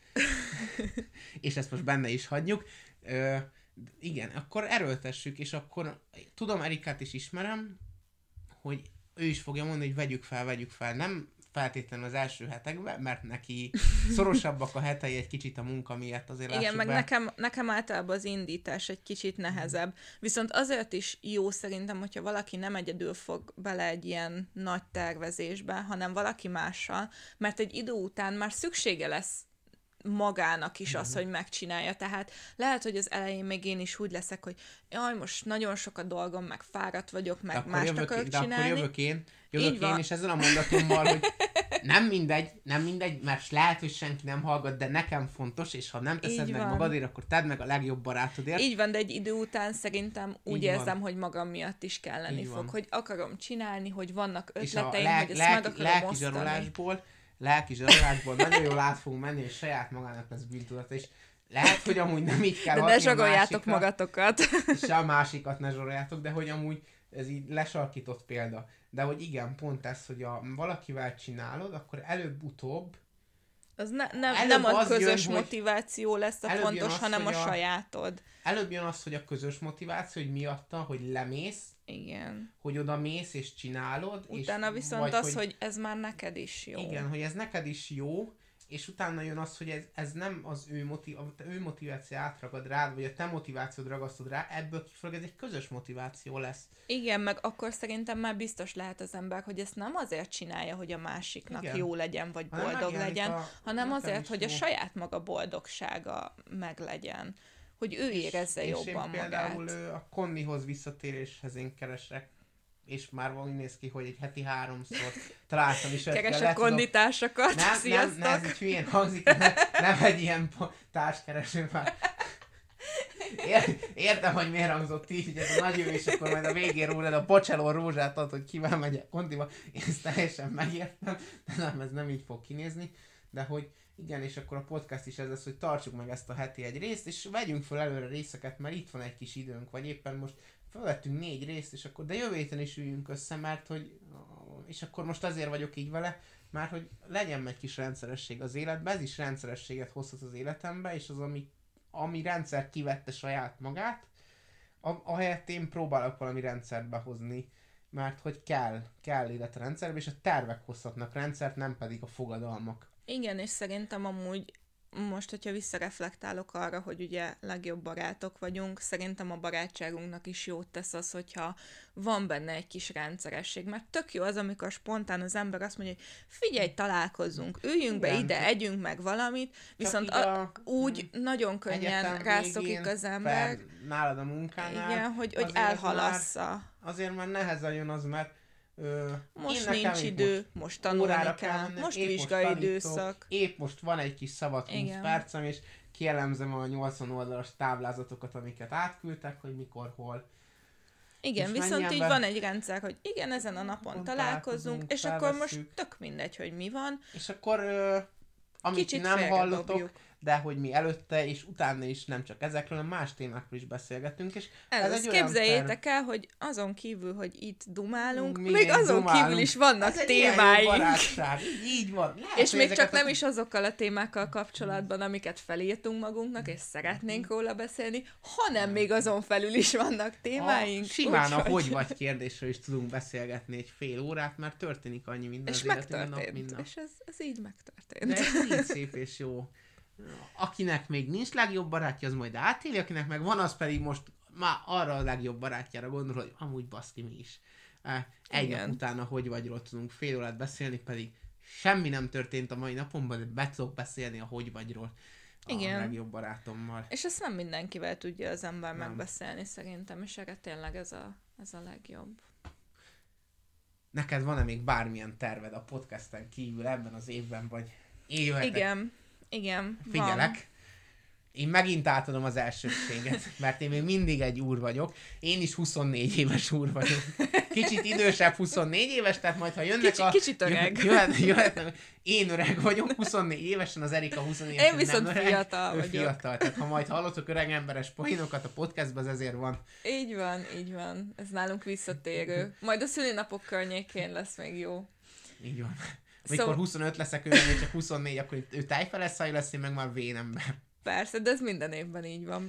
és ezt most benne is hagyjuk. Ö, igen, akkor erőltessük, és akkor tudom, Erikát is ismerem, hogy ő is fogja mondani, hogy vegyük fel, vegyük fel. Nem feltétlenül az első hetekben, mert neki szorosabbak a hetei egy kicsit a munka miatt, azért Igen, meg be. nekem, nekem általában az indítás egy kicsit nehezebb. Viszont azért is jó szerintem, hogyha valaki nem egyedül fog bele egy ilyen nagy tervezésbe, hanem valaki mással, mert egy idő után már szüksége lesz magának is az, hogy megcsinálja. Tehát lehet, hogy az elején még én is úgy leszek, hogy jaj, most nagyon sok a dolgom, meg fáradt vagyok, meg mást jövök, akarok de csinálni. akkor jövök én, jövök Így én van. és ezzel a mondatommal, hogy nem mindegy, nem mindegy, mert lehet, hogy senki nem hallgat, de nekem fontos, és ha nem teszed Így meg van. magadért, akkor tedd meg a legjobb barátodért. Így van, de egy idő után szerintem úgy Így érzem, van. hogy magam miatt is kelleni Így fog, van. hogy akarom csinálni, hogy vannak És a ötleteim, lelk, hogy ezt lelki, meg akarom lelki osztani. zsarolásból, lelki zsarolásból nagyon jól át fogunk menni, és saját magának lesz bűntudata, és lehet, hogy amúgy nem így kell De ne hatni a zsagoljátok másikra, magatokat. se a másikat ne zsaroljátok, de hogy amúgy ez így lesarkított példa. De hogy igen, pont ez, hogy a, valakivel csinálod, akkor előbb-utóbb Az ne, nem, nem a közös jön, motiváció lesz a fontos, az, hanem a, a sajátod. Előbb jön az, hogy a közös motiváció, hogy miatta, hogy lemész, igen. hogy oda mész és csinálod. Utána és, viszont vagy, az, hogy, hogy ez már neked is jó. Igen, hogy ez neked is jó, és utána jön az, hogy ez, ez nem az ő, motiv, ő motiváció átragad rád, vagy a te motivációd ragasztod rá, ebből kifolyólag ez egy közös motiváció lesz. Igen, meg akkor szerintem már biztos lehet az ember, hogy ezt nem azért csinálja, hogy a másiknak igen. jó legyen, vagy hanem boldog legyen, a, hanem azért, hogy jó. a saját maga boldogsága meglegyen. Hogy ő érezze és, jobban magát. És én például magát. a Connihoz visszatéréshez én keresek, és már úgy néz ki, hogy egy heti háromszor találtam is. Keresek konditársakat, nem, sziasztok! Nem, nem, ez hülyén hangzik, nem, nem egy ilyen társkereső már. Értem, hogy miért hangzott így, hogy ez a nagy ő, és akkor majd a végén rólad a Bocello rózsát ad, hogy kivel megyek kondiba. Én ezt teljesen megértem, de nem, ez nem így fog kinézni. De hogy igen, és akkor a podcast is ez lesz, hogy tartsuk meg ezt a heti egy részt, és vegyünk fel előre részeket, mert itt van egy kis időnk, vagy éppen most felvettünk négy részt, és akkor de jövő héten is üljünk össze, mert hogy, és akkor most azért vagyok így vele, mert hogy legyen egy kis rendszeresség az életben, ez is rendszerességet hozhat az életembe, és az, ami, ami rendszer kivette saját magát, ahelyett én próbálok valami rendszert behozni, mert hogy kell, kell életrendszerbe, és a tervek hozhatnak rendszert, nem pedig a fogadalmak. Igen, és szerintem amúgy most, hogyha visszareflektálok arra, hogy ugye legjobb barátok vagyunk, szerintem a barátságunknak is jót tesz az, hogyha van benne egy kis rendszeresség, mert tök jó az, amikor spontán az ember azt mondja, hogy figyelj, találkozzunk, üljünk be ide, együnk meg valamit, viszont a, a, úgy hmm. nagyon könnyen rászokik az ember. Nálad a munkánál. Igen, hogy, hogy elhalassza. Már, azért már nehezen jön az, mert Ö, most nincs idő, most, most tanulni kell, mennem, most vizsgai időszak. Épp most van egy kis szabad húsz percem, és kielemzem a nyolcvan oldalas táblázatokat, amiket átküldtek, hogy mikor, hol. Igen, és viszont így be... van egy rendszer, hogy igen, ezen a napon találkozunk, és felveszünk. Akkor most tök mindegy, hogy mi van. És akkor, ö, amit kicsit nem hallotok, dobjuk. De hogy mi előtte és utána is nem csak ezekről, hanem más témákról is beszélgetünk. És ez, ez egy képzeljétek terv... el, hogy azon kívül, hogy itt dumálunk, mi még azon dumálunk. Kívül is vannak ez témáink. Így van. Lehet, és még csak a... nem is azokkal a témákkal kapcsolatban, amiket felírtunk magunknak, és szeretnénk róla beszélni, hanem még azon felül is vannak témáink. A, simán a hogy vagy kérdésről is tudunk beszélgetni egy fél órát, mert történik annyi minden. És megtörtént. Nap, és ez, ez így megtörtént. De ez így szép és jó. Akinek még nincs legjobb barátja, az majd átéli, akinek meg van, az pedig most már arra a legjobb barátjára gondol, hogy amúgy baszki mi is. Egy nap utána hogy vagyról tudunk fél órát beszélni, pedig semmi nem történt a mai napomban, de be tudok beszélni a hogy vagyról a Igen. legjobb barátommal. És ezt nem mindenkivel tudja az ember nem. megbeszélni szerintem, és erre tényleg ez a, ez a legjobb. Neked van-e még bármilyen terved a podcasten kívül ebben az évben, vagy én jöhetek? Igen. Igen, Figyelek. Van. Én megint átadom az elsőséget, mert én még mindig egy úr vagyok. Én is huszonnégy éves úr vagyok. Kicsit idősebb huszonnégy éves, tehát majd ha jönnek Kicsi, a... Kicsit öreg. Jöhet, jöhet, én öreg vagyok, huszonnégy évesen, az Erika huszonnégy évesen Én viszont nem öreg, fiatal vagyok. Fiatal, tehát ha majd hallotok öreg emberes poénokat a podcastban, ez ezért van. Így van, így van. Ez nálunk visszatérő. Majd a szülinapok környékén lesz még jó. Így van. Amikor szóval... huszonöt leszek, ő még csak huszonnégy, akkor ő tájfeleszaj lesz, én meg már vénember. Persze, de ez minden évben így van.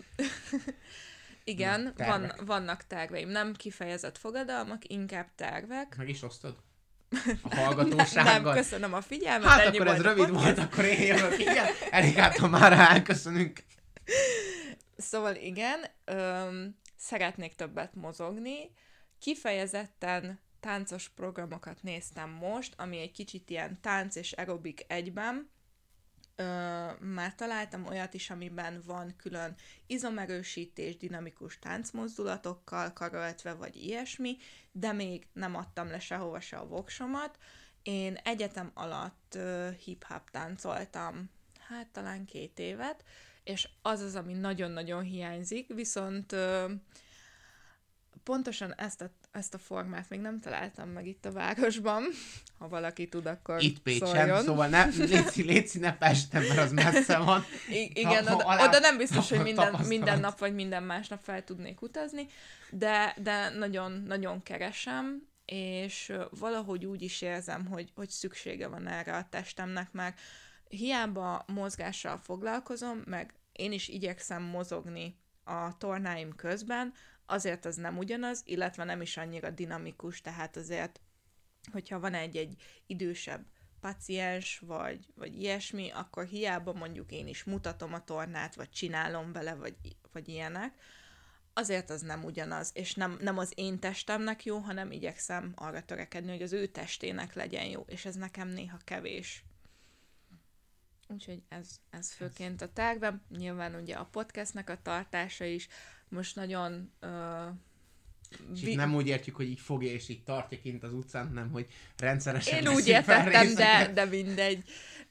Igen, Na, van, vannak terveim. Nem kifejezett fogadalmak, inkább tervek. Meg is osztod? A hallgatósággal? Nem, köszönöm a figyelmet. Hát akkor ez rövid volt, akkor én jövök. Igen, Erikátom már elköszönünk. Szóval igen, öm, szeretnék többet mozogni. Kifejezetten táncos programokat néztem most, ami egy kicsit ilyen tánc és aerobik egyben. Ö, már találtam olyat is, amiben van külön izomerősítés, dinamikus táncmozdulatokkal karöltve, vagy ilyesmi, de még nem adtam le sehova se a voksomat. Én egyetem alatt ö, hip-hop táncoltam, hát talán két évet, és az az, ami nagyon-nagyon hiányzik, viszont ö, pontosan ezt a, ezt a formát még nem találtam meg itt a városban. Ha valaki tud, akkor itt Pécsen, szóval ne, léci, léci, ne Pesten, mert az messze van. I- igen, ha, ha oda, alá, oda nem biztos, hogy minden, minden nap vagy minden másnap fel tudnék utazni, de, de nagyon, nagyon keresem, és valahogy úgy is érzem, hogy, hogy szüksége van erre a testemnek, mert hiába mozgással foglalkozom, meg én is igyekszem mozogni a tornáim közben, azért az nem ugyanaz, illetve nem is annyira dinamikus, tehát azért, hogyha van egy-egy idősebb paciens, vagy, vagy ilyesmi, akkor hiába mondjuk én is mutatom a tornát, vagy csinálom vele, vagy, vagy ilyenek, azért az nem ugyanaz, és nem, nem az én testemnek jó, hanem igyekszem arra törekedni, hogy az ő testének legyen jó, és ez nekem néha kevés. Úgyhogy ez, ez főként a tervem. Nyilván ugye a podcastnek a tartása is most nagyon... Uh, és vi- nem úgy értjük, hogy így fogja és így tartja kint az utcán, nem, hogy rendszeresen... Én úgy értettem, de, de mindegy.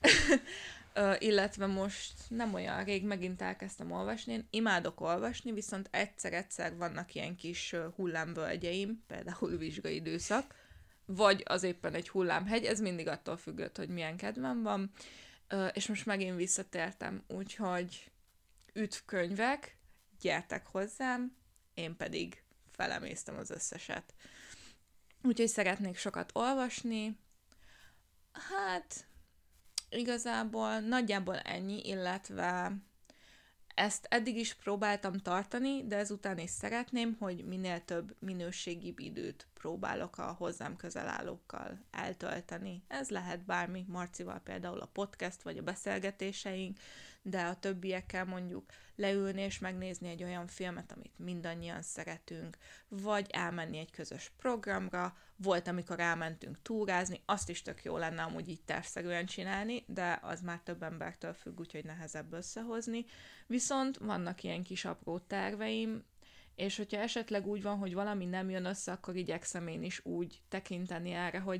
uh, illetve most nem olyan rég megint elkezdtem olvasni. Én imádok olvasni, viszont egyszer-egyszer vannak ilyen kis uh, hullámvölgyeim, például vizsgai időszak, vagy az éppen egy hullámhegy, ez mindig attól függött, hogy milyen kedvem van. Uh, és most megint visszatértem, úgyhogy üdv könyvek, gyertek hozzám, én pedig felemésztem az összeset. Úgyhogy szeretnék sokat olvasni. Hát, igazából nagyjából ennyi, illetve ezt eddig is próbáltam tartani, de ezután is szeretném, hogy minél több minőségibb időt próbálok a hozzám közel állókkal eltölteni. Ez lehet bármi, Marcival például a podcast vagy a beszélgetéseink, de a többiekkel mondjuk leülni és megnézni egy olyan filmet, amit mindannyian szeretünk, vagy elmenni egy közös programra, volt, amikor elmentünk túrázni, azt is tök jó lenne amúgy így tervszerűen csinálni, de az már több embertől függ, úgyhogy nehezebb összehozni. Viszont vannak ilyen kis apró terveim, és hogyha esetleg úgy van, hogy valami nem jön össze, akkor igyekszem én is úgy tekinteni erre, hogy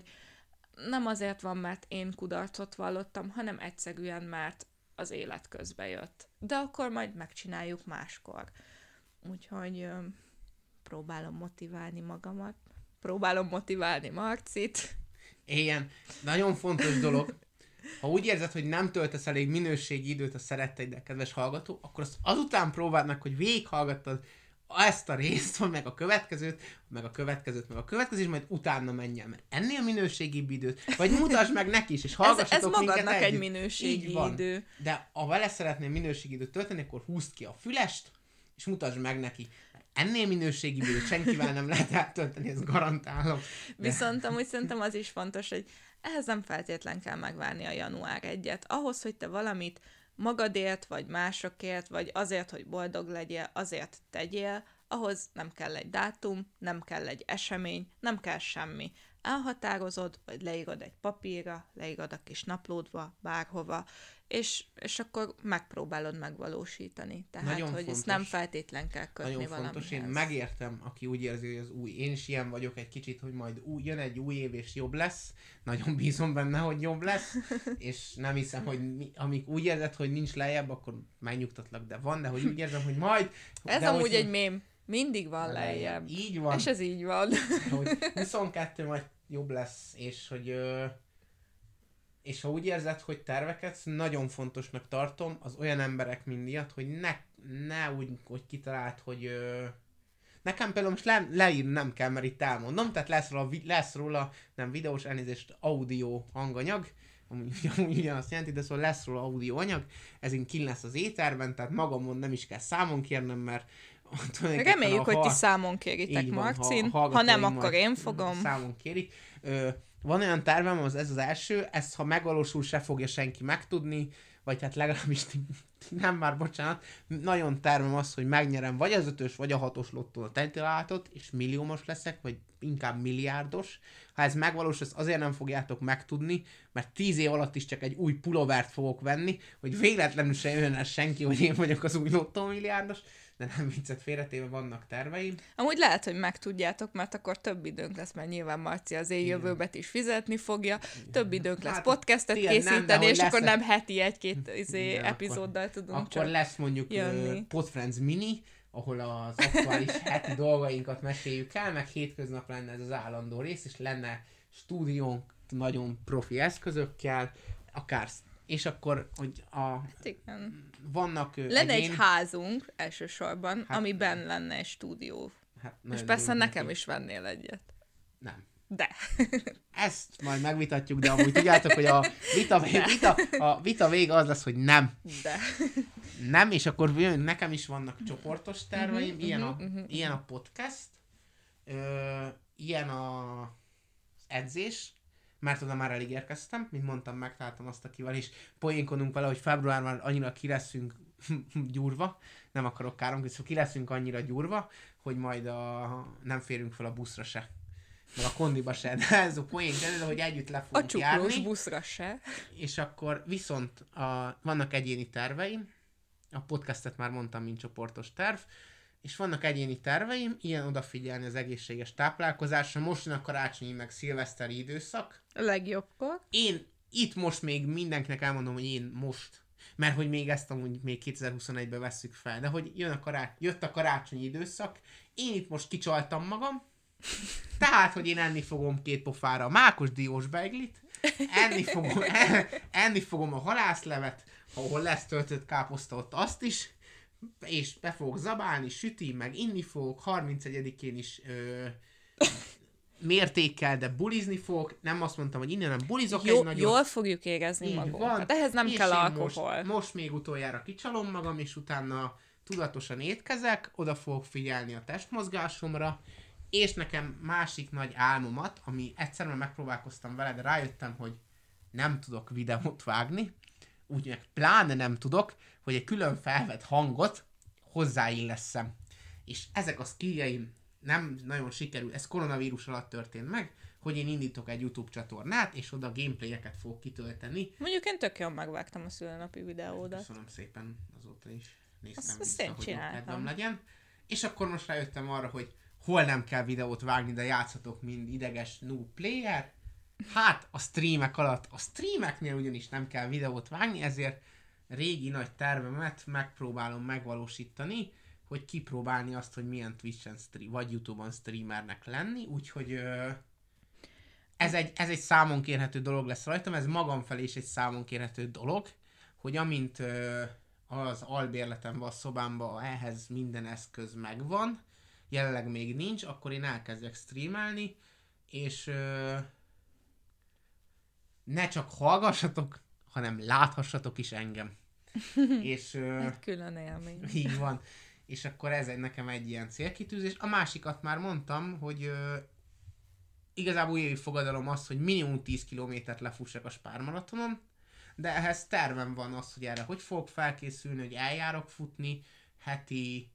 nem azért van, mert én kudarcot vallottam, hanem egyszerűen, mert az élet közbe jött. De akkor majd megcsináljuk máskor. Úgyhogy ö, próbálom motiválni magamat, próbálom motiválni Marcit. Ilyen nagyon fontos dolog, ha úgy érzed, hogy nem töltesz elég minőségi időt a szeretteiddel, kedves hallgató, akkor azt azután próbáld meg, hogy végighallgattad ezt a részt, meg a következőt, meg a következőt, meg a következőt, és majd utána menjen, mert ennél minőségibb időt, vagy mutasd meg neki is, és hallgassatok ez, ez minket magadnak együtt. egy minőségi idő. De ha vele szeretnél minőségi időt tölteni, akkor húzd ki a fülest, és mutasd meg neki. Ennél minőségi időt senkivel nem lehet eltölteni, ezt garantálom. De... Viszont amúgy szerintem az is fontos, hogy ehhez nem feltétlen kell megvárni a január egyet. Ahhoz, hogy te valamit magadért, vagy másokért, vagy azért, hogy boldog legyél, azért tegyél, ahhoz nem kell egy dátum, nem kell egy esemény, nem kell semmi. Elhatározod, vagy leírod egy papírra, leírod a kis naplódba, bárhova, és, és akkor megpróbálod megvalósítani. Tehát, nagyon hogy fontos. Ezt nem feltétlen kell kötni nagyon valamihez. Nagyon fontos, én megértem, aki úgy érzi, hogy az új. Én is ilyen vagyok egy kicsit, hogy majd új, jön egy új év, és jobb lesz. Nagyon bízom benne, hogy jobb lesz, és nem hiszem, hogy mi, amíg úgy érzed, hogy nincs lejjebb, akkor megnyugtatlak, de van, de hogy úgy érzem, hogy majd... Ez de amúgy hogy, egy mém. Mindig van lejjebb. Így van. És ez így van. Hogy huszonkettő majd jobb lesz, és hogy... És ha úgy érzed, hogy tervekedsz, nagyon fontosnak tartom az olyan emberek miatt, hogy ne, ne úgy, hogy kitalált, hogy... Ö... Nekem például most le, leírni nem kell, mert itt elmondom, tehát lesz róla, lesz róla nem videós, elnézést, audio hanganyag, ami ugyanazt jelenti, de szóval lesz róla audio anyag, ez így kint lesz az éterben, tehát magamon nem is kell számon kérnem, mert reméljük, a, hogy ti számon kéritek Marcin, ha, ha nem, akkor én fogom. Számon kérik. Ö, van olyan tervem, az ez az első, ezt ha megvalósul, se fogja senki megtudni, vagy hát legalábbis nem már, bocsánat, nagyon tervem az, hogy megnyerem vagy az ötös, vagy a hatos lottó a tejtalálatot, és milliómos leszek, vagy inkább milliárdos. Ha ez megvalósul, ezt azért nem fogjátok megtudni, mert tíz év alatt is csak egy új pulovert fogok venni, hogy véletlenül se jön el senki, hogy én vagyok az új lottó milliárdos, de nem viccet félretéve, vannak terveim. Amúgy lehet, hogy megtudjátok, mert akkor több időnk lesz, mert nyilván Marci az én jövőbet is fizetni fogja, több időnk lesz hát, podcastet készíteni, nem, és akkor nem heti egy-két izé, epizóddal tudunk akkor csak lesz mondjuk uh, Podfriends Mini, ahol az aktuális heti dolgainkat meséljük el, meg hétköznap lenne ez az állandó rész, és lenne stúdiónk nagyon profi eszközökkel, akár és akkor, hogy a... Hát igen. Vannak... Lenne egyén... egy házunk elsősorban, hát, amiben lenne egy stúdió. Hát, és persze nekem is vennél egyet. Nem. De. Ezt majd megvitatjuk, de amúgy tudjátok, hogy a vita, vita, a vita vége az lesz, hogy nem. De. Nem, és akkor nekem is vannak csoportos terveim, uh-huh, ilyen, uh-huh, a, uh-huh. ilyen a podcast, ö, ilyen a edzés, mert oda már elég érkeztem, mint mondtam, megtaláltam azt, akivel is poénkodunk vele, hogy februárban annyira ki leszünk gyúrva, nem akarok káromkodni, szóval ki leszünk annyira gyúrva, hogy majd a, nem férünk fel a buszra se. Meg a kondiba se, de ez a poén de hogy együtt le fogunk a járni. A csuklós buszra se. És akkor viszont a, vannak egyéni terveim, a podcastet már mondtam, mint csoportos terv, és vannak egyéni terveim, ilyen odafigyelni az egészséges táplálkozásra, most jön a karácsonyi meg szilveszteri időszak. A legjobbkor. Én itt most még mindenkinek elmondom, hogy én most, mert hogy még ezt amúgy még kétezer-huszonegyben vesszük fel, de hogy jön a kará- jött a karácsonyi időszak, én itt most kicsaltam magam, tehát, hogy én enni fogom két pofára a mákos diós beiglit, enni fogom, enni fogom a halászlevet, ahol lesz töltött káposzta, ott azt is, és be fogok zabálni, süti, meg inni fogok, harmincegyedikén is ö, mértékkel, de bulizni fogok, nem azt mondtam, hogy innen nem bulizok Jó, egy nagyon... Jól fogjuk érezni magunkat, ehhez nem kell alkohol. Most, most még utoljára kicsalom magam, és utána tudatosan étkezek, oda fogok figyelni a testmozgásomra, és nekem másik nagy álmomat, ami egyszerűen megpróbálkoztam vele, de rájöttem, hogy nem tudok videót vágni, úgy meg pláne nem tudok, hogy egy külön felvett hangot hozzáilleszem. És ezek a skilljeim nem nagyon sikerül, ez koronavírus alatt történt meg, hogy én indítok egy YouTube csatornát, és oda gameplayeket fogok kitölteni. Mondjuk én tök jól megvágtam a szülőnapi videódat. Köszönöm szépen, azóta is néztem azt, vissza, azt hogy kedvem legyen. És akkor most rájöttem arra, hogy hol nem kell videót vágni, de játszhatok, mint ideges noob player. Hát a streamek alatt, a streameknél ugyanis nem kell videót vágni, ezért régi nagy tervemet megpróbálom megvalósítani, hogy kipróbálni azt, hogy milyen Twitch-en stream, vagy YouTube-on streamernek lenni, úgyhogy ö, ez, egy, ez egy számon kérhető dolog lesz rajtam, ez magam felé is egy számon kérhető dolog, hogy amint ö, az albérletem van a szobámban, ehhez minden eszköz megvan, jelenleg még nincs, akkor én elkezdek streamelni, és ö, ne csak hallgassatok, hanem láthassatok is engem. És, ö, egy külön élmény. Így van. És akkor ez egy, nekem egy ilyen célkitűzés. A másikat már mondtam, hogy ö, igazából évi fogadalom az, hogy minimum tíz kilométert lefussak a Spár maratonon, de ehhez tervem van az, hogy erre hogy fogok felkészülni, hogy eljárok futni, heti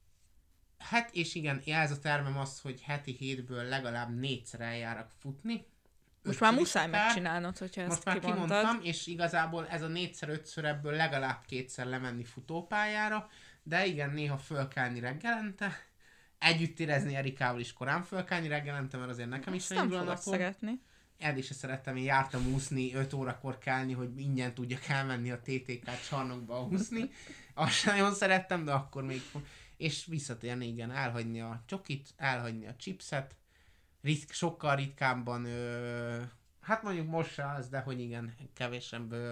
Hát és igen, ez a tervem az, hogy heti hétből legalább négyszer eljárok futni. Most már muszáj megcsinálnod, hogyha ezt Most már kimondtad. kimondtam, és igazából ez a négyszer, ötször ebből legalább kétszer lemenni futópályára, de igen, néha fölkelni reggelente, együtt érezni Erikával is korán fölkelni reggelente, mert azért nekem is nem fogod szeretni. Eddig se szerettem, én jártam úszni, öt órakor kelni, hogy ingyen tudjak elmenni a té té ká csarnokba úszni. Azt sem nagyon szerettem, de akkor még... És visszatérni, igen, elhagyni a csokit, elhagyni a chipset, ritk, sokkal ritkábban, ö, hát mondjuk most se az, de hogy igen, kevésebb ö,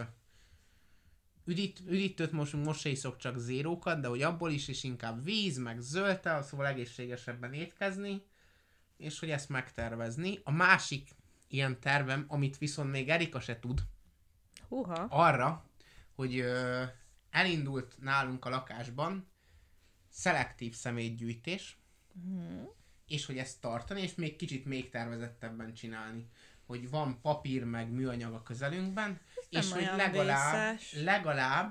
üdít, üdítőt most, most se iszok csak zérókat, de hogy abból is, és inkább víz, meg zöldte, szóval egészségesebben étkezni, és hogy ezt megtervezni. A másik ilyen tervem, amit viszont még Erika se tud, Húha. arra, hogy ö, elindult nálunk a lakásban szelektív szemétgyűjtés, mm. és hogy ezt tartani, és még kicsit még tervezettebben csinálni. Hogy van papír meg műanyag a közelünkben, ez és hogy legalább, legalább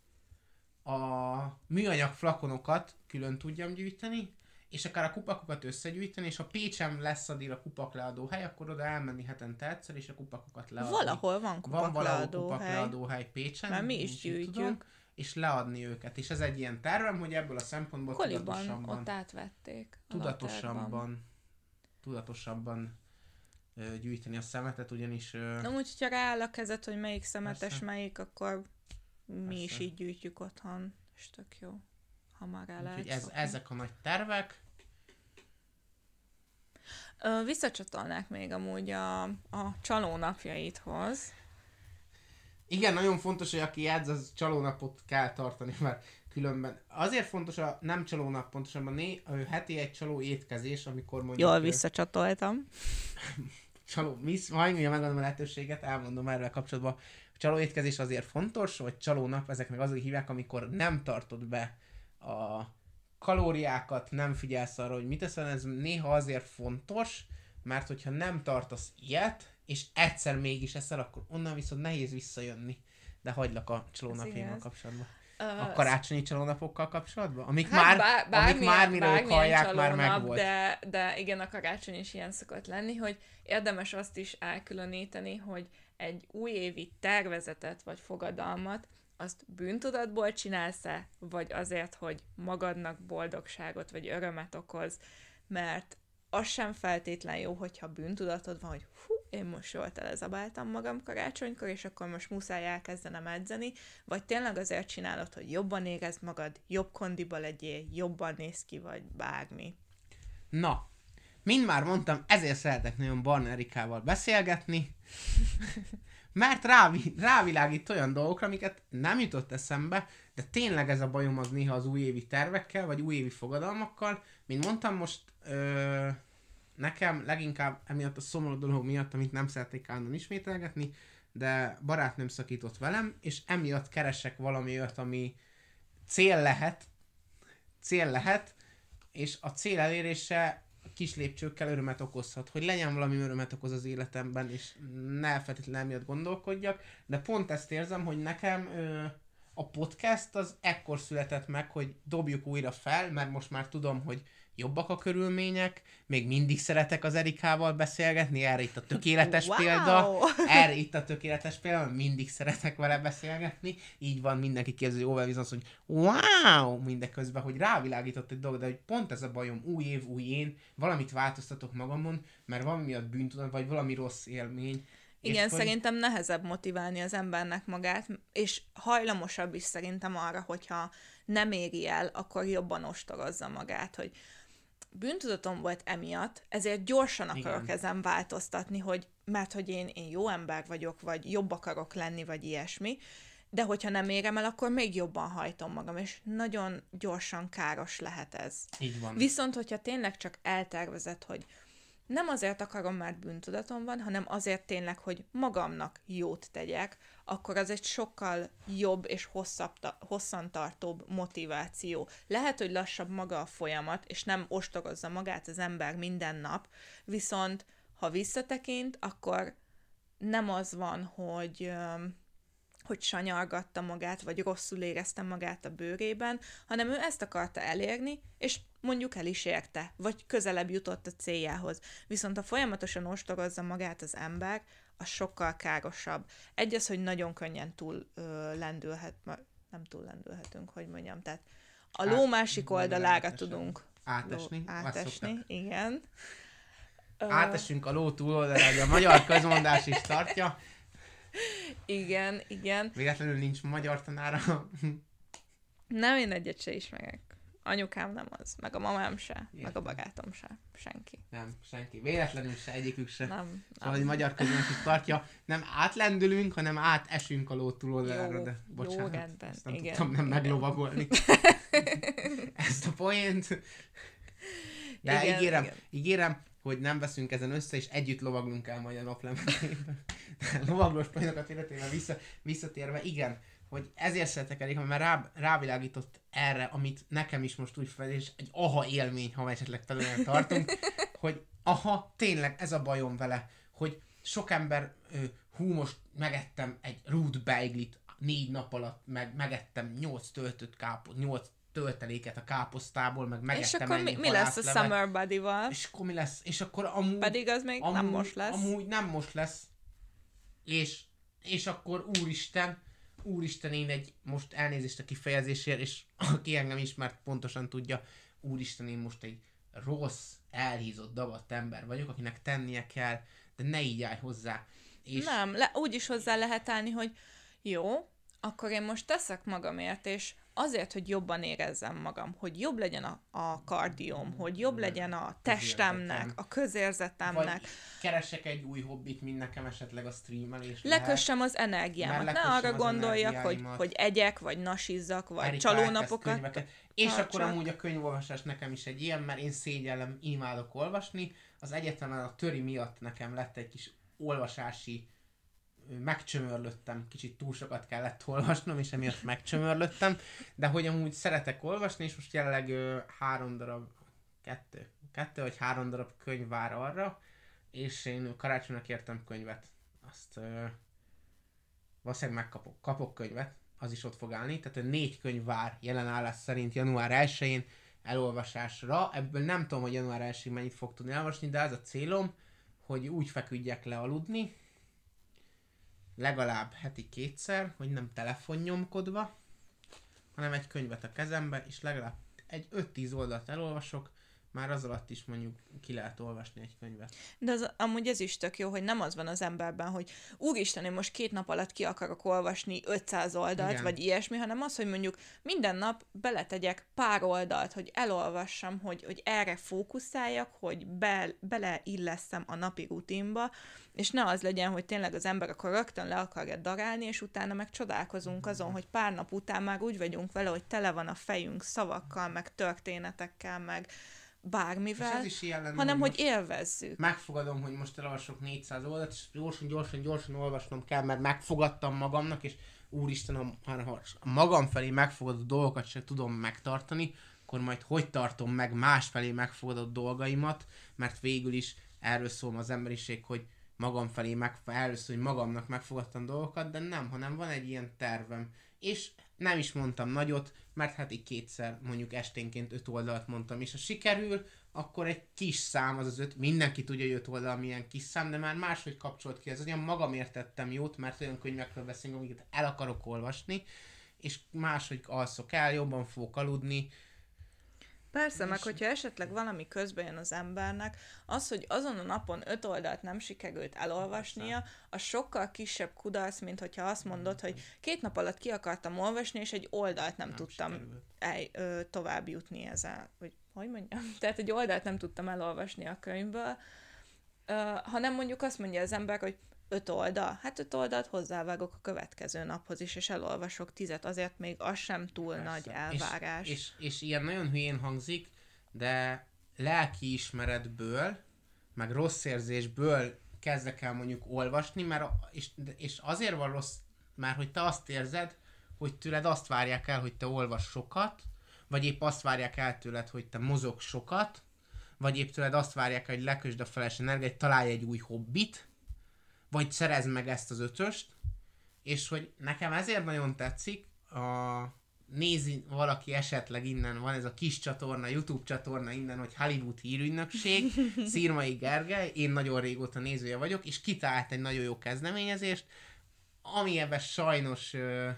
a műanyag flakonokat külön tudjam gyűjteni, és akár a kupakokat összegyűjteni, és ha Pécsen lesz addig a kupakleadó hely, akkor oda elmenni hetente egyszer, és a kupakokat leadni. Valahol van kupakleadó van valahol hely Pécsen. Mert mi is gyűjtjük. Tudom, és leadni őket. És ez egy ilyen tervem, hogy ebből a szempontból Koliban tudatosabban... ott átvették. Tudatosabban, tudatosabban ö, gyűjteni a szemetet, ugyanis... Ö... Na úgy, hogyha rááll a kezed, hogy melyik szemetes, persze. melyik, akkor mi persze. is így gyűjtjük otthon. És tök jó. Ha már rá lehet ez, ezek a nagy tervek. Ö, visszacsatolnák még amúgy a, a csalónapjaidhoz. Igen, nagyon fontos, hogy aki edz, az csalónapot kell tartani, mert különben azért fontos a nem csalónap, pontosabban né, a heti egy csaló étkezés, amikor mondjuk... Jól visszacsatoltam. csaló, misz, ha engem megadom a lehetőséget, elmondom erről kapcsolatban. A csalóétkezés azért fontos, vagy csalónap, ezek meg azok hívják, amikor nem tartod be a kalóriákat, nem figyelsz arra, hogy mit eszel, ez néha azért fontos, mert hogyha nem tartasz ilyet, és egyszer mégis eszel, akkor onnan viszont nehéz visszajönni. De hagylak a csalónapjaimmal kapcsolatban. Uh, a karácsonyi csalónapokkal kapcsolatban? Amik hát már, bár, amik már mire ők hallják, már megvolt. De, de igen, a karácsony is ilyen szokott lenni, hogy érdemes azt is elkülöníteni, hogy egy újévi tervezetet vagy fogadalmat, azt bűntudatból csinálsz-e, vagy azért, hogy magadnak boldogságot vagy örömet okoz, mert az sem feltétlen jó, hogyha bűntudatod van, hogy hú, én most jól telezabáltam magam karácsonykor, és akkor most muszáj elkezdenem edzeni, vagy tényleg azért csinálod, hogy jobban érezd magad, jobb kondiba legyél, jobban néz ki, vagy bármi. Na, mind már mondtam, ezért szeretek nagyon Barna Erikával beszélgetni, mert rávi, rávilágít olyan dolgokra, amiket nem jutott eszembe, de tényleg ez a bajom az néha az újévi tervekkel, vagy újévi fogadalmakkal. Mint mondtam, most ö, nekem leginkább emiatt a szomorú dolog miatt, amit nem szeretnék állandóan ismételgetni, de barátnőm szakított velem, és emiatt keresek valami olyat, ami cél lehet, cél lehet, és a cél elérése kis lépcsőkkel örömet okozhat, hogy legyen valami örömet okoz az életemben, és ne feltétlenül emiatt gondolkodjak, de pont ezt érzem, hogy nekem ö, a podcast az ekkor született meg, hogy dobjuk újra fel, mert most már tudom, hogy jobbak a körülmények, még mindig szeretek az Erikával beszélgetni, erre itt a tökéletes wow. példa, erre itt a tökéletes példa, mindig szeretek vele beszélgetni, így van, mindenki képzeli Overvision azt, hogy wow, mindeközben, hogy rávilágított egy dolog, de hogy pont ez a bajom, új év, új én, valamit változtatok magamon, mert valami miatt bűntudat, vagy valami rossz élmény. Igen, szerintem hogy... nehezebb motiválni az embernek magát, és hajlamosabb is szerintem arra, hogyha nem éri el, akkor jobban ostorozza magát, hogy bűntudatom volt emiatt, ezért gyorsan akarok Igen. ezen változtatni, hogy mert hogy én, én jó ember vagyok, vagy jobb akarok lenni, vagy ilyesmi, de hogyha nem érem el, akkor még jobban hajtom magam, és nagyon gyorsan káros lehet ez. Így van. Viszont, hogyha tényleg csak eltervezed, hogy nem azért akarom, mert bűntudatom van, hanem azért tényleg, hogy magamnak jót tegyek, akkor az egy sokkal jobb és hosszabb, hosszantartóbb motiváció. Lehet, hogy lassabb maga a folyamat, és nem ostorozza magát az ember minden nap, viszont ha visszatekint, akkor nem az van, hogy... hogy sanyargatta magát, vagy rosszul érezte magát a bőrében, hanem ő ezt akarta elérni, és mondjuk el is érte, vagy közelebb jutott a céljához. Viszont ha folyamatosan ostorozza magát az ember, az sokkal károsabb. Egy az, hogy nagyon könnyen túl ö, lendülhet, nem túl lendülhetünk, hogy mondjam, tehát a ló Át, másik oldalára tudunk átesni. Ló, átesni, igen. Átesünk a ló túloldalára, a magyar közmondás is tartja. Igen, igen. Véletlenül nincs magyar tanára. Nem, én egyet se ismerek. Anyukám nem az, meg a mamám se, Értem. meg a barátom se. Senki. Nem, senki. Véletlenül se, egyikük se. Nem. Szóval, hogy magyar közmondás is tartja, nem átlendülünk, hanem átesünk a ló túloldalára, de bocsánat. Jó, rendben. Ezt nem igen, tudtam nem igen. meglovagolni. Ezt a poént. De igen, ígérem, igen. ígérem, hogy nem veszünk ezen össze, és együtt lovaglunk el majd a naplementében. Lovaglós poénokat életében vissza, visszatérve, igen, hogy ezért szeretek elég, mert rá, rávilágított erre, amit nekem is most úgy fel, és egy aha élmény, ha esetleg felően tartunk, hogy aha, tényleg ez a bajom vele, hogy sok ember, hú, most megettem egy rút beiglit négy nap alatt, meg megettem nyolc töltött káposztát, nyolc tölteléket a káposztából, meg megettem. És akkor mi, mi lesz a Summer Body-val? És akkor mi lesz? És akkor amúgy... Pedig az még amúgy, nem most lesz. Amúgy nem most lesz. És, és akkor úristen, úristen, én egy, most elnézést a kifejezésért, és aki engem ismert pontosan tudja, úristen, én most egy rossz, elhízott, dagadt ember vagyok, akinek tennie kell, de ne így állj hozzá. És... Nem, le, úgy is hozzá lehet állni, hogy jó, akkor én most teszek magamért, és azért, hogy jobban érezzem magam, hogy jobb legyen a, a kardióm, hogy jobb legyen a testemnek, a közérzetemnek. Vagy keresek egy új hobbit, mint nekem esetleg a streamelés. Lekössem az energiámat. Ne arra gondoljak, hogy, hogy egyek, vagy nasizzak, vagy Erika csalónapokat. És tartsak. Akkor amúgy a könyvolvasás nekem is egy ilyen, mert én szégyellem, imádok olvasni, az egyetemen a töri miatt nekem lett egy kis olvasási, megcsömörlöttem, kicsit túl sokat kellett olvasnom, és emiatt megcsömörlöttem, de hogy amúgy szeretek olvasni, és most jelenleg ö, három darab, kettő, kettő vagy három darab könyv vár arra, és én karácsonyra kértem könyvet. Azt ö, valószínűleg megkapok. Kapok könyvet, az is ott fog állni, tehát a négy könyv vár jelen állás szerint január elsején elolvasásra. Ebből nem tudom, hogy január elsején mennyit fog tudni elolvasni, de ez a célom, hogy úgy feküdjek le aludni, legalább heti kétszer, hogy nem telefonnyomkodva, hanem egy könyvet a kezembe, és legalább egy öt-tíz oldalt elolvasok, már az alatt is mondjuk ki lehet olvasni egy könyvet. De az, amúgy ez is tök jó, hogy nem az van az emberben, hogy úristen, én most két nap alatt ki akarok olvasni ötszáz oldalt, igen, vagy ilyesmi, hanem az, hogy mondjuk minden nap beletegyek pár oldalt, hogy elolvassam, hogy, hogy erre fókuszáljak, hogy be, beleillesszem a napi rutinba, és ne az legyen, hogy tényleg az ember akkor rögtön le akarja darálni, és utána meg csodálkozunk azon, hogy pár nap után már úgy vagyunk vele, hogy tele van a fejünk szavakkal, meg történetekkel, meg bármivel, lenne, hanem hogy élvezzük. Megfogadom, hogy most elolvasok négyszáz oldalt, és gyorsan, gyorsan, gyorsan olvasnom kell, mert megfogadtam magamnak, és úristen, ha a magam felé megfogadott dolgokat sem tudom megtartani, akkor majd hogy tartom meg másfelé megfogadott dolgaimat, mert végül is erről szól az emberiség, hogy magam felé, meg, először, hogy magamnak megfogadtam dolgokat, de nem, hanem van egy ilyen tervem. És nem is mondtam nagyot, mert heti kétszer, mondjuk esténként öt oldalt mondtam, és ha sikerül, akkor egy kis szám az az öt, mindenki tudja, hogy öt oldal milyen kis szám, de már máshogy kapcsolt ki, ez olyan magamért tettem jót, mert olyan könyvekről beszélünk, amiket el akarok olvasni, és máshogy alszok el, jobban fogok aludni. Persze, és... meg hogyha esetleg valami közben jön az embernek, az, hogy azon a napon öt oldalt nem sikerült elolvasnia, az sokkal kisebb kudarc, mint hogyha azt mondod, hogy két nap alatt ki akartam olvasni, és egy oldalt nem, nem tudtam el, ö, tovább jutni ezzel, hogy hogy mondjam? Tehát egy oldalt nem tudtam elolvasni a könyvből, ö, hanem mondjuk azt mondja az ember, hogy öt oldal. Hát öt oldalt hozzávágok a következő naphoz is, és elolvasok tizet, azért még az sem túl Persze. nagy elvárás. És, és, és ilyen nagyon hülyén hangzik, de lelkiismeretből, meg rossz érzésből kezdek el mondjuk olvasni, mert és, és azért van rossz, mert hogy te azt érzed, hogy tőled azt várják el, hogy te olvas sokat, vagy épp azt várják el tőled, hogy te mozog sokat, vagy épp tőled azt várják el, hogy lekösd a feles energiát, találj egy új hobbit, vagy szerezd meg ezt az ötöst, és hogy nekem ezért nagyon tetszik, a, nézi valaki esetleg innen, van ez a kis csatorna, YouTube csatorna innen, hogy Hollywood hírügynökség, Szirmai Gergely, én nagyon régóta nézője vagyok, és kitalált egy nagyon jó kezdeményezést, ami ebben sajnos, uh,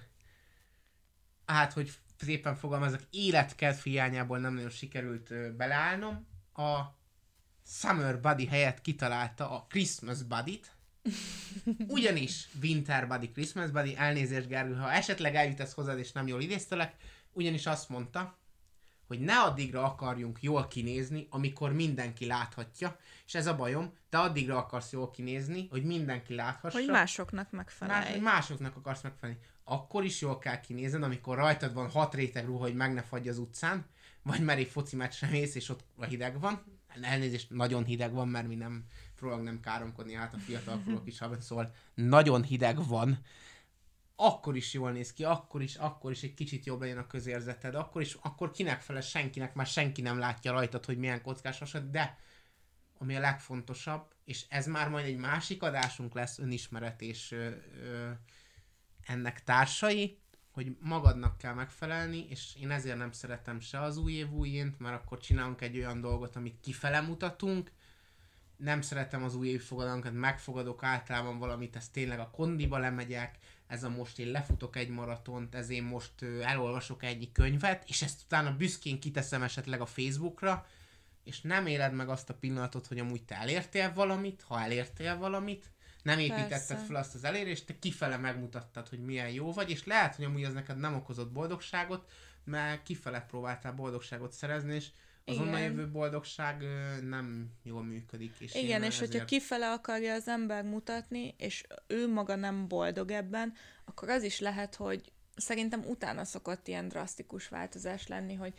hát hogy szépen fogalmazok, életkedv hiányából nem nagyon sikerült uh, beleállnom, a Summer Buddy helyett kitalálta a Christmas Buddy-t, ugyanis Winter Buddy, Christmas Buddy, elnézést Gergő, ha esetleg eljutesz hozzád és nem jól idéztelek, ugyanis azt mondta, hogy ne addigra akarjunk jól kinézni, amikor mindenki láthatja, és ez a bajom, te addigra akarsz jól kinézni, hogy mindenki láthassa. Hogy másoknak megfelelj. Más, hogy másoknak akarsz megfelelni. Akkor is jól kell kinézned, amikor rajtad van hat réteg ruha, hogy meg ne fagyj az utcán, vagy mert egy foci meccsre mész, és ott a hideg van. Elnézést, nagyon hideg van, mert mi nem próbálunk nem káromkodni, hát a fiatalkorok is hallgat, szóval nagyon hideg van. Akkor is jól néz ki, akkor is, akkor is egy kicsit jobb legyen a közérzeted, akkor is, akkor kinek fele senkinek, már senki nem látja rajtad, hogy milyen kockás vasad, de ami a legfontosabb, és ez már majd egy másik adásunk lesz, önismeret és ö, ö, ennek társai, hogy magadnak kell megfelelni, és én ezért nem szeretem se az új év újént, mert akkor csinálunk egy olyan dolgot, amit kifele mutatunk. Nem szeretem az új év fogadalmakat, megfogadok általában valamit, ez tényleg a kondiba lemegyek, ez a most én lefutok egy maratont, ez én most ö, elolvasok egy könyvet, és ezt utána büszkén kiteszem esetleg a Facebookra, és nem éled meg azt a pillanatot, hogy amúgy te elértél valamit, ha elértél valamit, nem építetted Persze. fel azt az elérést, te kifele megmutattad, hogy milyen jó vagy, és lehet, hogy amúgy az neked nem okozott boldogságot, mert kifele próbáltál boldogságot szerezni, és az Igen. onnan jövő boldogság ö, nem jól működik. És Igen, és ezért... hogyha kifele akarja az ember mutatni, és ő maga nem boldog ebben, akkor az is lehet, hogy szerintem utána szokott ilyen drasztikus változás lenni, hogy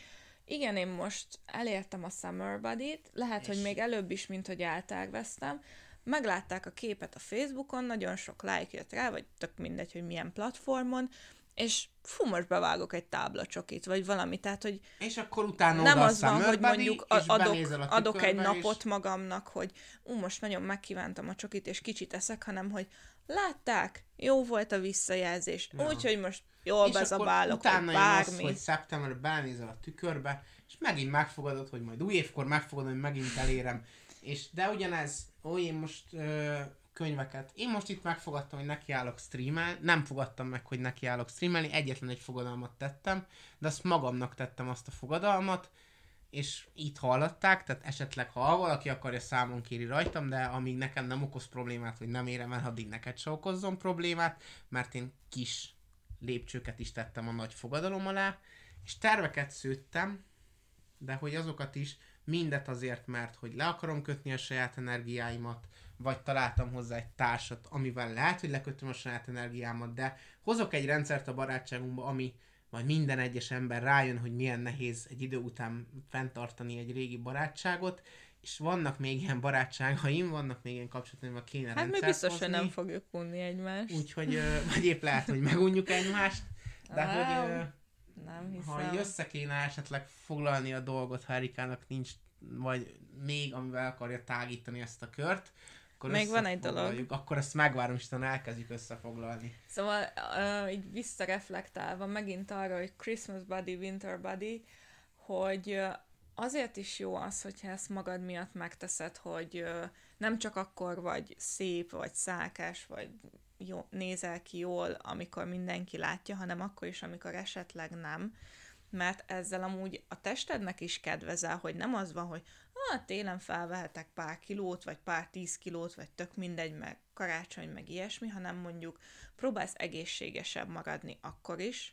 igen, én most elértem a Summer Body-t, lehet, és... hogy még előbb is, mint hogy elterveztem. Meglátták a képet a Facebookon, nagyon sok like jött rá, vagy tök mindegy, hogy milyen platformon, és fú, most bevágok egy táblacsokit, vagy valami, tehát, hogy és akkor utána nem oda az van, hogy mondjuk adok, adok egy és... napot magamnak, hogy ú, most nagyon megkívántam a csokit, és kicsit eszek, hanem, hogy látták, jó volt a visszajelzés, ja. Úgyhogy most jól bezabálok, vagy bármi. Utána az, hogy szeptemberben belenézel a tükörbe, és megint megfogadod, hogy majd új évkor megfogadod, hogy megint elérem. És de ugyanez, ó, én most ö, könyveket, én most itt megfogadtam, hogy nekiállok streamelni, nem fogadtam meg, hogy nekiállok streamelni, egyetlen egy fogadalmat tettem, de azt magamnak tettem azt a fogadalmat, és itt hallották, tehát esetleg ha valaki akarja, számon kéri rajtam, de amíg nekem nem okoz problémát, hogy nem érem el, addig neked se okozzon problémát, mert én kis lépcsőket is tettem a nagy fogadalom alá, és terveket szőttem, de hogy azokat is mindet azért, mert hogy le akarom kötni a saját energiáimat, vagy találtam hozzá egy társat, amivel lehet, hogy lekötöm a saját energiámat, de hozok egy rendszert a barátságunkba, ami majd minden egyes ember rájön, hogy milyen nehéz egy idő után fenntartani egy régi barátságot, és vannak még ilyen barátságaim, vannak még ilyen kapcsolataim, a kéne hát rendszert még biztos, hozni. hogy nem fogjuk unni egymást. Úgyhogy, vagy épp lehet, hogy megunjuk egymást, de nem, hogy nem hiszem. ha össze kéne esetleg foglalni a dolgot, ha Erikának nincs, vagy még amivel akarja tágítani ezt a kört, akkor még van egy dolog. Akkor ezt megvárom, és aztán elkezdjük összefoglalni. Szóval uh, így visszareflektálva megint arra, hogy Christmas body, winter body, hogy uh, azért is jó az, hogyha ezt magad miatt megteszed, hogy uh, nem csak akkor vagy szép, vagy szálkás, vagy jó, nézel ki jól, amikor mindenki látja, hanem akkor is, amikor esetleg nem. Mert ezzel amúgy a testednek is kedvezel, hogy nem az van, hogy ah, télen felvehetek pár kilót, vagy pár tíz kilót, vagy tök mindegy, meg karácsony, meg ilyesmi, hanem mondjuk próbálsz egészségesebb maradni akkor is,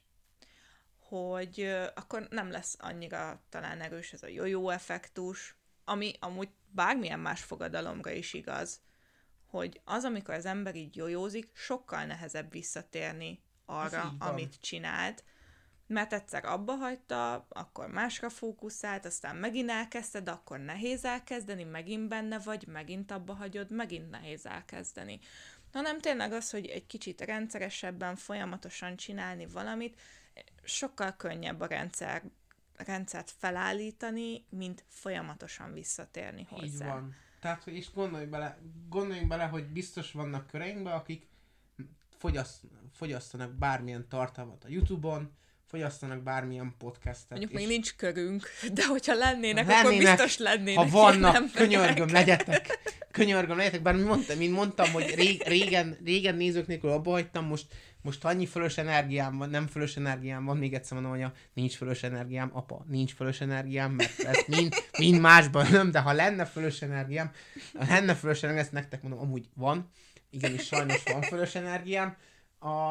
hogy uh, akkor nem lesz annyira talán erős ez a jó-jó effektus, ami amúgy bármilyen más fogadalomra is igaz, hogy az, amikor az ember így jójózik, sokkal nehezebb visszatérni arra, amit csinált, mert egyszer abba hagyta, akkor másra fókuszált, aztán megint elkezdted, akkor nehéz elkezdeni, megint benne vagy, megint abba hagyod, megint nehéz elkezdeni. Hanem tényleg az, hogy egy kicsit rendszeresebben, folyamatosan csinálni valamit, sokkal könnyebb a rendszer, rendszert felállítani, mint folyamatosan visszatérni hozzá. Így van. Tehát, hogy és gondolj bele, gondoljunk bele, hogy biztos vannak köreinkben, akik fogyaszt, fogyasztanak bármilyen tartalmat a YouTube-on, fogyasztanak bármilyen podcastet. Mondjuk még nincs körünk, de hogyha lennének, lennének akkor biztos lennének. Ha vannak, könyörgöm, legyetek. Könyörgöm, legyetek. Bár mondtam, mint mondtam, hogy rég, régen, régen nézők nélkül abba hagytam, most, most annyi fölös energiám van, nem fölös energiám van, még egyszer mondom, hogy a, nincs fölös energiám, apa, nincs fölös energiám, mert ez mind, mind másban nem, de ha lenne fölös energiám, ha lenne fölös energiám, ezt nektek mondom, amúgy van, igenis sajnos van fölös energiám, a...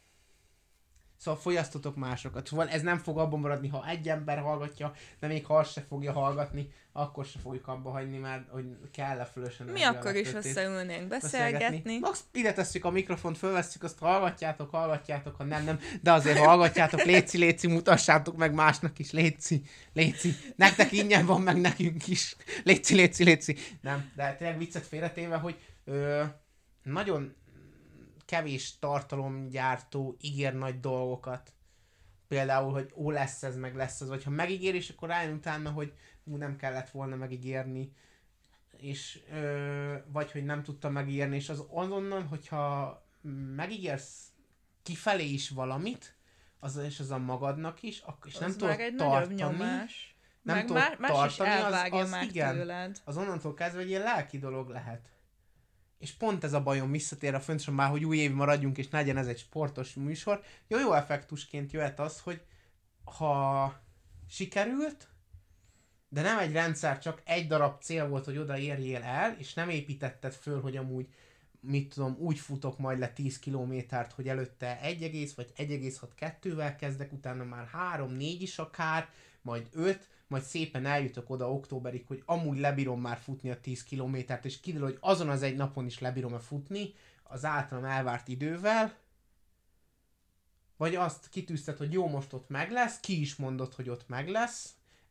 Szóval fogyasztotok másokat. Szóval ez nem fog abban maradni, ha egy ember hallgatja, de még ha azt se fogja hallgatni, akkor se fogjuk abba hagyni, mert hogy kell a fölösen. Mi akkor is összeülnénk beszélgetni. Max, ide tesszük a mikrofont, fölvesszük, azt hallgatjátok, hallgatjátok, ha nem, nem. De azért hallgatjátok, léci, léci, mutassátok meg másnak is, léci, léci. Nektek ingyen van, meg nekünk is. Léci, léci, léci. Nem, de tényleg viccet félretéve, hogy ö, nagyon kevés tartalomgyártó ígér nagy dolgokat. Például, hogy ó, lesz ez, meg lesz ez. Vagy ha megígér, és akkor rájön utána, hogy ú, nem kellett volna megígérni. És, ö, vagy hogy nem tudta megígérni. És az azonnal, hogyha megígérsz kifelé is valamit, az, és az a magadnak is, akkor is nem az tudod egy tartani. Nyomás. Nem meg tudod más, más tartani, is elvágja az, az már igen. tőled. Az onnantól kezdve egy ilyen lelki dolog lehet. És pont ez a bajom, visszatér a fontosan már, hogy új év maradjunk, és legyen ez egy sportos műsor. Jó-jó effektusként jöhet az, hogy ha sikerült, de nem egy rendszer, csak egy darab cél volt, hogy oda érjél el, és nem építetted föl, hogy amúgy, mit tudom, úgy futok majd le tíz kilométert, hogy előtte egy vagy egy egész hat kettővel kezdek, utána már három négy is akár, majd öt, majd szépen eljutok oda októberig, hogy amúgy lebírom már futni a tíz kilométert, és kiderül, hogy azon az egy napon is lebírom-e futni, az általam elvárt idővel, vagy azt kitűzted, hogy jó, most ott meg lesz, ki is mondott, hogy ott meg lesz,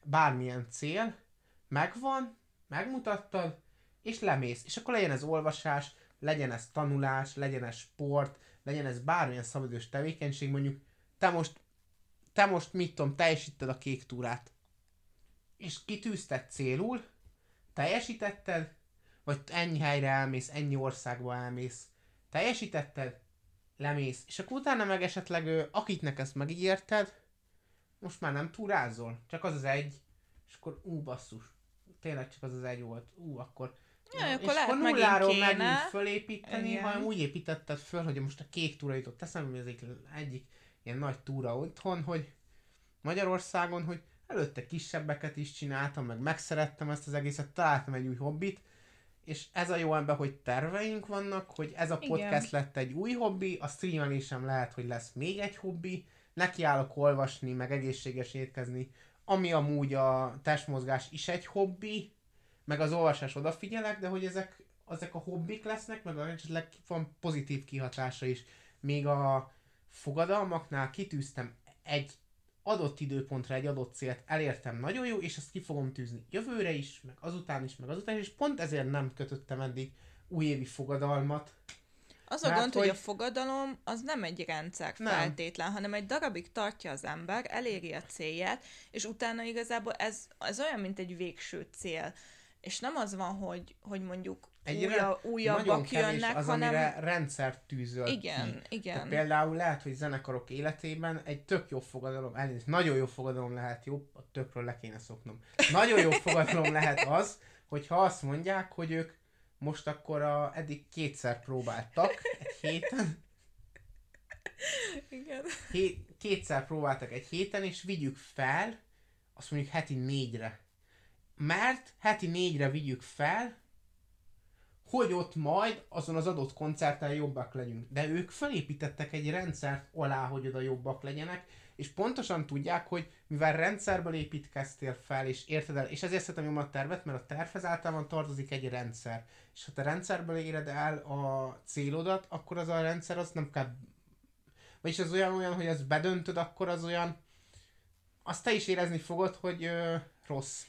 bármilyen cél, megvan, megmutattad, és lemész. És akkor legyen ez olvasás, legyen ez tanulás, legyen ez sport, legyen ez bármilyen szabadidős tevékenység, mondjuk te most, te most mit tudom, teljesíted a kék túrát. És kitűzted célul, teljesítetted, vagy ennyi helyre elmész, ennyi országba elmész, teljesítetted, lemész, és akkor utána meg esetleg ő, akiknek ezt megígérted, most már nem túrázol, csak az az egy, és akkor ú, basszus, tényleg csak az az egy volt, ú, akkor Ja, és akkor lehet akkor megint nulláról kéne. megint fölépíteni, Igen. hanem úgy építetted föl, hogy most a kék túra jutott eszembe, hogy ez egyik, egyik ilyen nagy túra otthon, hogy Magyarországon, hogy előtte kisebbeket is csináltam, meg megszerettem ezt az egészet, találtam egy új hobbit, és ez a jó ember, hogy terveink vannak, hogy ez a podcast Igen. lett egy új hobbi, a streamelésem lehet, hogy lesz még egy hobbi, nekiállok olvasni, meg egészséges étkezni, ami amúgy a testmozgás is egy hobbi, meg az olvasás odafigyelek, de hogy ezek, ezek a hobbik lesznek, meg esetleg van pozitív kihatása is. Még a fogadalmaknál kitűztem egy adott időpontra egy adott célt, elértem nagyon jó, és ezt ki fogom tűzni jövőre is, meg azután is, meg azután is, és pont ezért nem kötöttem eddig újévi fogadalmat. Az a Mert gond, hogy... hogy hogy a fogadalom az nem egy rendszer Nem. feltétlen, hanem egy darabig tartja az ember, eléri a célját, és utána igazából ez, ez olyan, mint egy végső cél. És nem az van, hogy, hogy mondjuk Egy úja, nagyon újabbak kevés jönnek, az, hanem... amire rendszert tűzöl Igen, ki. igen. Tehát például lehet, hogy zenekarok életében egy tök jó fogadalom, elnézést, nagyon jó fogadalom lehet, jó, a tökről le kéne szoknom. Nagyon jó fogadalom lehet az, hogyha azt mondják, hogy ők most akkor a, eddig kétszer próbáltak egy héten, Igen. hé, kétszer próbáltak egy héten, és vigyük fel, azt mondjuk heti négyre. Mert heti négyre vigyük fel, hogy ott majd azon az adott koncerten jobbak legyünk. De ők felépítettek egy rendszert alá, hogy oda jobbak legyenek, és pontosan tudják, hogy mivel rendszerből építkeztél fel, és érted el, és ezért szeretem jobban a tervet, mert a tervhez általában tartozik egy rendszer. És ha te rendszerből éred el a célodat, akkor az a rendszer az nem kell... Vagyis az olyan, olyan, hogy ezt bedöntöd, akkor az olyan... Azt te is érezni fogod, hogy ö, rossz.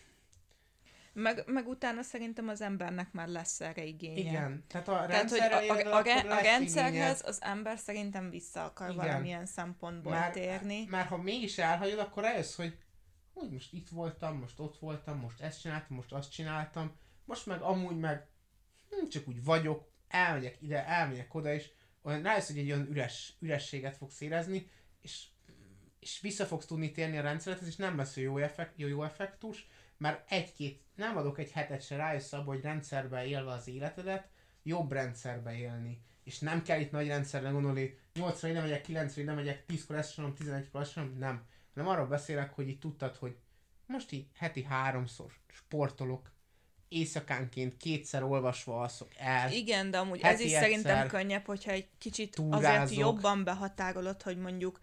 Meg, meg utána szerintem az embernek már lesz erre igénye. Igen. Tehát a Tehát, hogy rendszerrel a, éred el, a, a, akkor re- a lesz rendszerhez igényed. az ember szerintem vissza akar Igen. valamilyen szempontból Már, térni. már ha mégis elhagyod, akkor rájössz, hogy úgy most itt voltam, most ott voltam, most ezt csináltam, most azt csináltam, most meg amúgy meg hm, csak úgy vagyok, elmegyek ide, elmegyek oda, és olyan rájössz, hogy egy olyan üres, ürességet fogsz érezni, és, és vissza fogsz tudni térni a rendszeredhez, és nem lesz jó, effekt, jó, jó effektus, mert egy-két, nem adok egy hetet se, rájössz abba, hogy rendszerbe élve az életedet, jobb rendszerbe élni. És nem kell itt nagy rendszerre gondolni, nyolcra ide megyek, kilencre ide megyek, tízkor ezt csinálom, tizenegykor azt csinálom, nem. Nem arról beszélek, hogy itt tudtad, hogy most így heti háromszor sportolok, éjszakánként kétszer olvasva alszok el. Igen, de amúgy heti ez is egyszer szerintem könnyebb, hogyha egy kicsit túrázok. azért jobban behatárolod, hogy mondjuk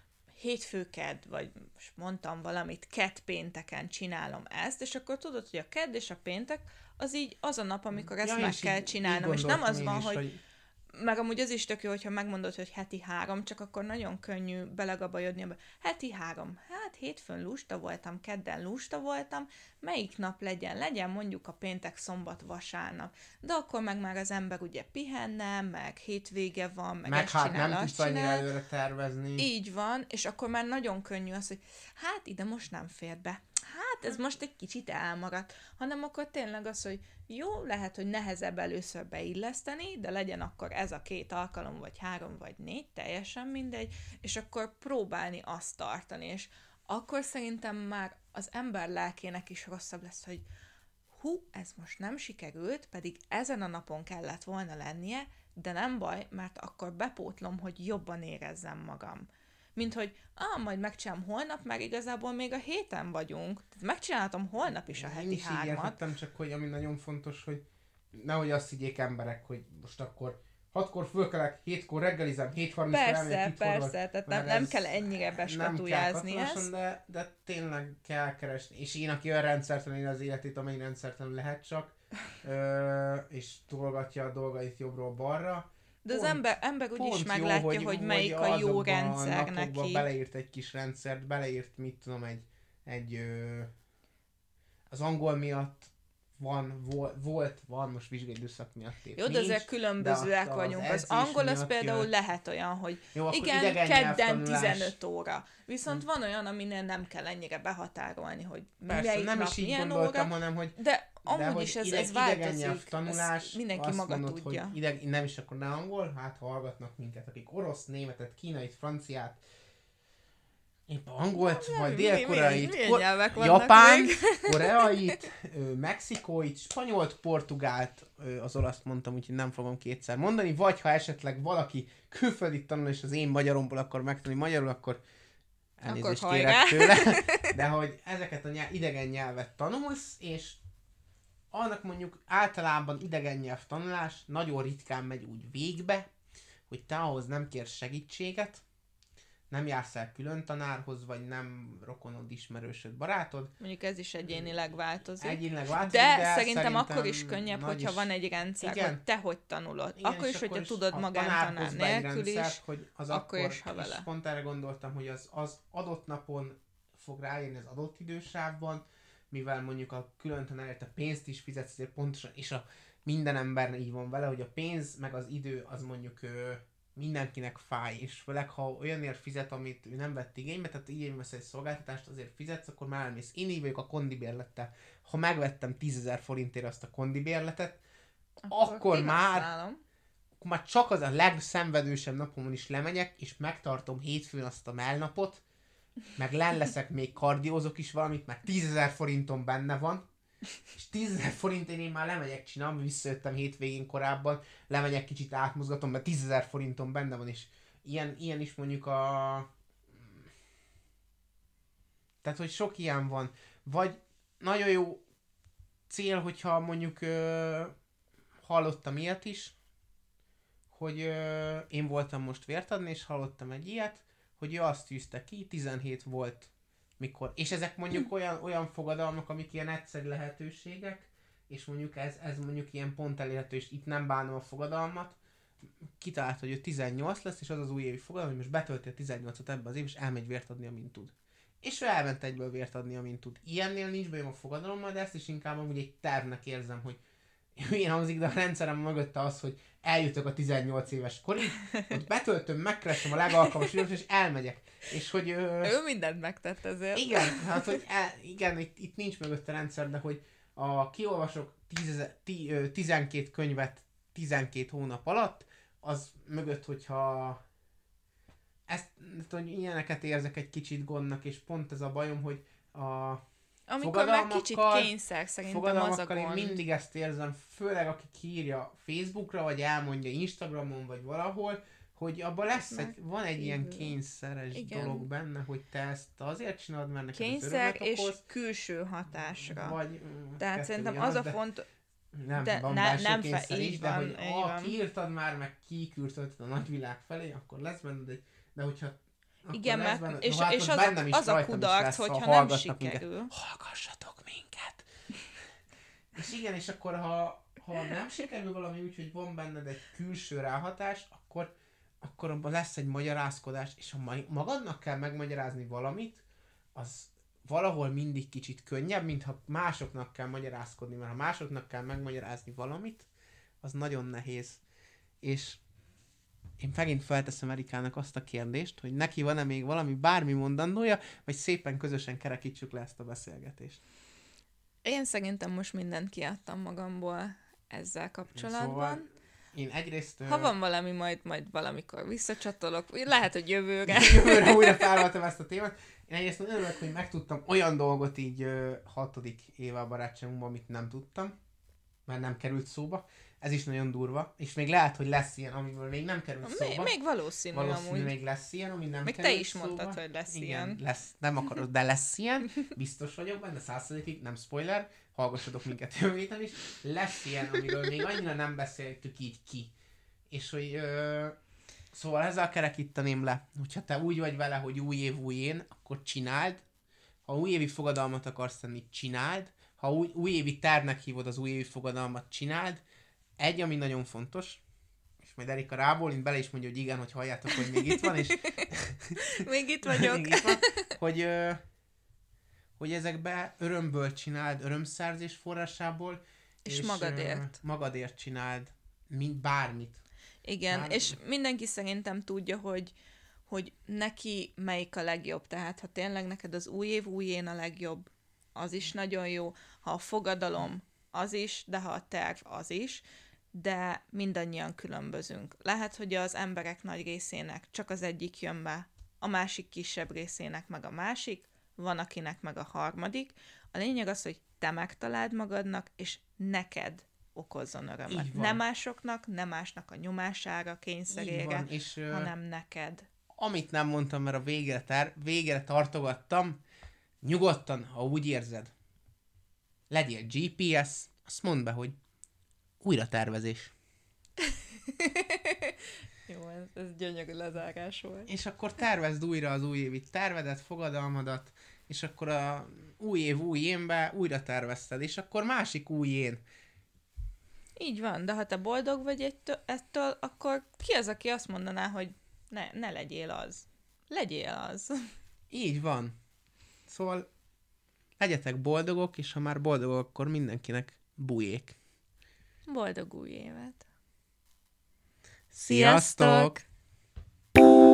hétfő-kedd, vagy most mondtam valamit, kedd pénteken csinálom ezt, és akkor tudod, hogy a kedd és a péntek az így az a nap, amikor ezt Ja, meg és kell így- csinálnom, így és nem az gondoltam van, én is, hogy, hogy meg amúgy az is tök jó, hogyha megmondod, hogy heti három, csak akkor nagyon könnyű belegabajodni abba. Heti három, hát hétfőn lusta voltam, kedden lusta voltam, melyik nap legyen? Legyen mondjuk a péntek, szombat, vasárnap. De akkor meg már az ember ugye pihenne, meg hétvége van, meg, meg ezt hát csinál, nem azt tudsz annyira csinál. előre tervezni. Így van, és akkor már nagyon könnyű az, hogy hát ide most nem fér be. Hát ez most egy kicsit elmaradt. Hanem akkor tényleg az, hogy jó, lehet, hogy nehezebb először beilleszteni, de legyen akkor ez a két alkalom, vagy három, vagy négy, teljesen mindegy, és akkor próbálni azt tartani, és akkor szerintem már az ember lelkének is rosszabb lesz, hogy hú, ez most nem sikerült, pedig ezen a napon kellett volna lennie, de nem baj, mert akkor bepótlom, hogy jobban érezzem magam. Mint hogy, ah, majd megcsinálom holnap, mert igazából még a héten vagyunk. Tehát megcsináltam holnap is a Én heti is így hármat. értettem, csak hogy ami nagyon fontos, hogy nehogy azt higgyék emberek, hogy most akkor hatkor fölkelek, hétkor reggelizem, hét harminckor elmegyek Persze, itthonról, persze, tehát mert nem, nem ez kell ennyire nem kell beskatujázni katonásan, ezt. de, de tényleg kell keresni. És én, aki olyan rendszertelen él az életét, amely rendszertelen lehet csak, ö, és tolgatja a dolgait jobbról balra. De az Pont- ember, ember úgy is Pont meglátja, hogy, hogy melyik a jó azokban rendszer a napokban neki. beleírt egy kis rendszert, beleírt, mit tudom, egy, egy ö, az angol miatt van, volt, volt van most vizsgai időszak miatt épp jó, de nincs, azért különbözőek de vagyunk. Az, az angol az miatt például jön. lehet olyan, hogy Jó, igen, kedden tizenöt óra. Viszont van olyan, aminél nem kell ennyire behatárolni, hogy Persze, melyik nem nap is így milyen gondoltam, óra, hanem, hogy de amúgy de hogy is ez, ideg, ez idegen változik. nyelvtanulás, Ezt mindenki azt maga mondod, tudja. hogy ideg, nem is akkor ne angol, hát ha hallgatnak minket, akik orosz, németet, kínait, franciát, épp angolt, Na, vagy mi- dél-koreait, milyen- milyen kor- nyelvek vannak japán, még? koreait, ö, mexikóit, spanyolt, portugált, ö, az olaszt mondtam, úgyhogy nem fogom kétszer mondani, vagy ha esetleg valaki külföldi tanul, és az én magyaromból akar megtanulni magyarul, akkor elnézést Akkor kérek hajrá. tőle, de hogy ezeket a nyelv, idegen nyelvet tanulsz, és annak mondjuk általában idegen nyelv tanulás nagyon ritkán megy úgy végbe, hogy te ahhoz nem kérsz segítséget, nem jársz el külön tanárhoz, vagy nem rokonod, ismerősöd, barátod. Mondjuk ez is egyénileg változik. Egyénileg változik, De, de szerintem, szerintem akkor is könnyebb, nagy hogyha is- van egy rendszer, Igen. hogy te hogy tanulod. Igen, akkor és is, hogyha akkor tudod a magántanár tanár hoz be egy nélkül rendszert, is, hogy az akkor akkor, is, ha és vele. pont erre gondoltam, hogy az, az adott napon fog rájönni az adott idősávban, mivel mondjuk a külön tanárért a pénzt is fizetsz, azért pontosan, és a minden ember így van vele, hogy a pénz meg az idő az mondjuk ö, mindenkinek fáj, és főleg ha olyanért fizet, amit ő nem vett igénybe, tehát igénybe vesz egy szolgáltatást, azért fizetsz, akkor már elmész. Én így vagyok a kondibérlettel. Ha megvettem tízezer forintért azt a kondibérletet, akkor, akkor már kihasználom. akkor már csak az a legszenvedősebb napomon is lemegyek, és megtartom hétfőn azt a melnapot, meg len leszek, még kardiózok is valamit, mert tízezer forinton benne van, és tízezer forintért én már lemegyek csinálni, visszajöttem hétvégén korábban, lemegyek kicsit átmozgatom, mert tízezer forinton benne van, és ilyen, ilyen is mondjuk a... Tehát, hogy sok ilyen van. Vagy nagyon jó cél, hogyha mondjuk ö, hallottam ilyet is, hogy ö, én voltam most vért adni, és hallottam egy ilyet, hogy ő azt tűzte ki, tizenhét volt mikor. És ezek mondjuk olyan, olyan fogadalmak, amik ilyen egyszerű lehetőségek, és mondjuk ez, ez mondjuk ilyen pont elérhető, és itt nem bánom a fogadalmat, kitalált, hogy ő tizennyolc lesz, és az az újévi fogadalom, hogy most betölti a tizennyolcat ebbe az év, és elmegy vért adni, amint tud. És ő elment egyből vért adni, amint tud. Ilyennél nincs bajom a fogadalommal, de ezt is inkább amúgy egy tervnek érzem, hogy ilyen hangzik, de a rendszerem mögötte az, hogy eljutok a tizennyolc éves korig, hogy betöltöm, megkeresem a legalkalmas időt, és elmegyek. És hogy... Ö... Ő mindent megtett ezért. Igen, hát hogy el, igen, itt, itt nincs mögötte rendszer, de hogy a kiolvasok tízezer, tí, ö, tizenkét könyvet tizenkét hónap alatt, az mögött, hogyha ezt, hogy ilyeneket érzek egy kicsit gondnak, és pont ez a bajom, hogy a Amikor már kicsit kényszer, szerintem az a fogadalmakkal gond. én mindig ezt érzem, főleg aki kiírja Facebookra, vagy elmondja Instagramon, vagy valahol, hogy abban lesz egy, van egy ilyen kényszeres Igen. dolog benne, hogy te ezt azért csinálod, mert neked Kényszer ez és okoz, külső hatásra. vagy... mm, Tehát kettő szerintem ugyanaz, az a de font... Nem, de van ne- belső nem fe- kényszer így is, de van, hogy így ha van. kiírtad már, meg kiküldted a nagyvilág felé, akkor lesz benned egy... De hogyha... akkor Igen, lesz mert, benned, és, no, hát és most az, bennem a, is, az a rajtam is kudarc, lesz, ha hogyha nem hallgatnak sikerül. Minket. Hallgassatok minket! És igen, és akkor ha, ha nem sikerül valami úgy, hogy van benned egy külső ráhatás, akkor, akkor abban lesz egy magyarázkodás, és ha ma- magadnak kell megmagyarázni valamit, az valahol mindig kicsit könnyebb, mint ha másoknak kell magyarázkodni, mert ha másoknak kell megmagyarázni valamit, az nagyon nehéz. És én megint felteszem Erikának azt a kérdést, hogy neki van-e még valami bármi mondandója, vagy szépen közösen kerekítsük le ezt a beszélgetést. Én szerintem most mindent kiadtam magamból ezzel kapcsolatban. Szóval én egyrészt... Ha van valami, majd, majd valamikor visszacsatolok. Lehet, hogy jövőre. Jövőre újra felvettem ezt a témát. Én egyrészt nagyon örülök, hogy megtudtam olyan dolgot így ö, hatodik éve a barátságunkban, amit nem tudtam, mert nem került szóba. Ez is nagyon durva, és még lehet, hogy lesz ilyen, amiből még nem került szóba. Még, még valószínű, Valószínű, amúgy. még lesz ilyen, ami nem Még került te is szóba. mondtad, hogy lesz Igen, ilyen. lesz, nem akarod, de lesz ilyen. Biztos vagyok benne, száz százalékig, nem spoiler. Hallgassatok minket jövő héten is. Lesz ilyen, amiről még annyira nem beszéltük így ki. És hogy... Ö, szóval ezzel kerekíteném le. Hogyha te úgy vagy vele, hogy új év új én, akkor csináld. Ha újévi fogadalmat akarsz tenni, csináld. Ha új, újévi tervnek hívod az újévi fogadalmat, csináld. Egy, ami nagyon fontos, és majd Erika rábólint, bele is mondja, hogy igen, hogy halljátok, hogy még itt van, és Még itt vagyok. még itt van, hogy, ö, hogy ezekbe örömből csináld, örömszerzés forrásából, és, és magadért. magadért csináld, mint bármit. Igen, bármit. És mindenki szerintem tudja, hogy, hogy neki melyik a legjobb. Tehát, ha tényleg neked az új év újjén a legjobb, az is nagyon jó. Ha a fogadalom, az is, de ha a terv, az is. De mindannyian különbözünk. Lehet, hogy az emberek nagy részének csak az egyik jön be, a másik kisebb részének meg a másik, van akinek meg a harmadik. A lényeg az, hogy te megtaláld magadnak, és neked okozzon örömet. Nem másoknak, nem másnak a nyomására, kényszerére, van, és, hanem uh, neked. Amit nem mondtam, mert a végre, ter- végre tartogattam, nyugodtan, ha úgy érzed, legyél gé pé es, azt mondd be, hogy újra tervezés. Jó, ez, ez gyönyörű lezárás volt. És akkor tervezd újra az újévi tervedet, fogadalmadat, és akkor a új év új énbe újra tervezted, és akkor másik új én. Így van, de ha te boldog vagy ettől, ettől, akkor ki az, aki azt mondaná, hogy ne, ne legyél az. Legyél az. Így van. Szóval legyetek boldogok, és ha már boldogok, akkor mindenkinek bujék. Boldog új évet! Sziasztok! Sziasztok!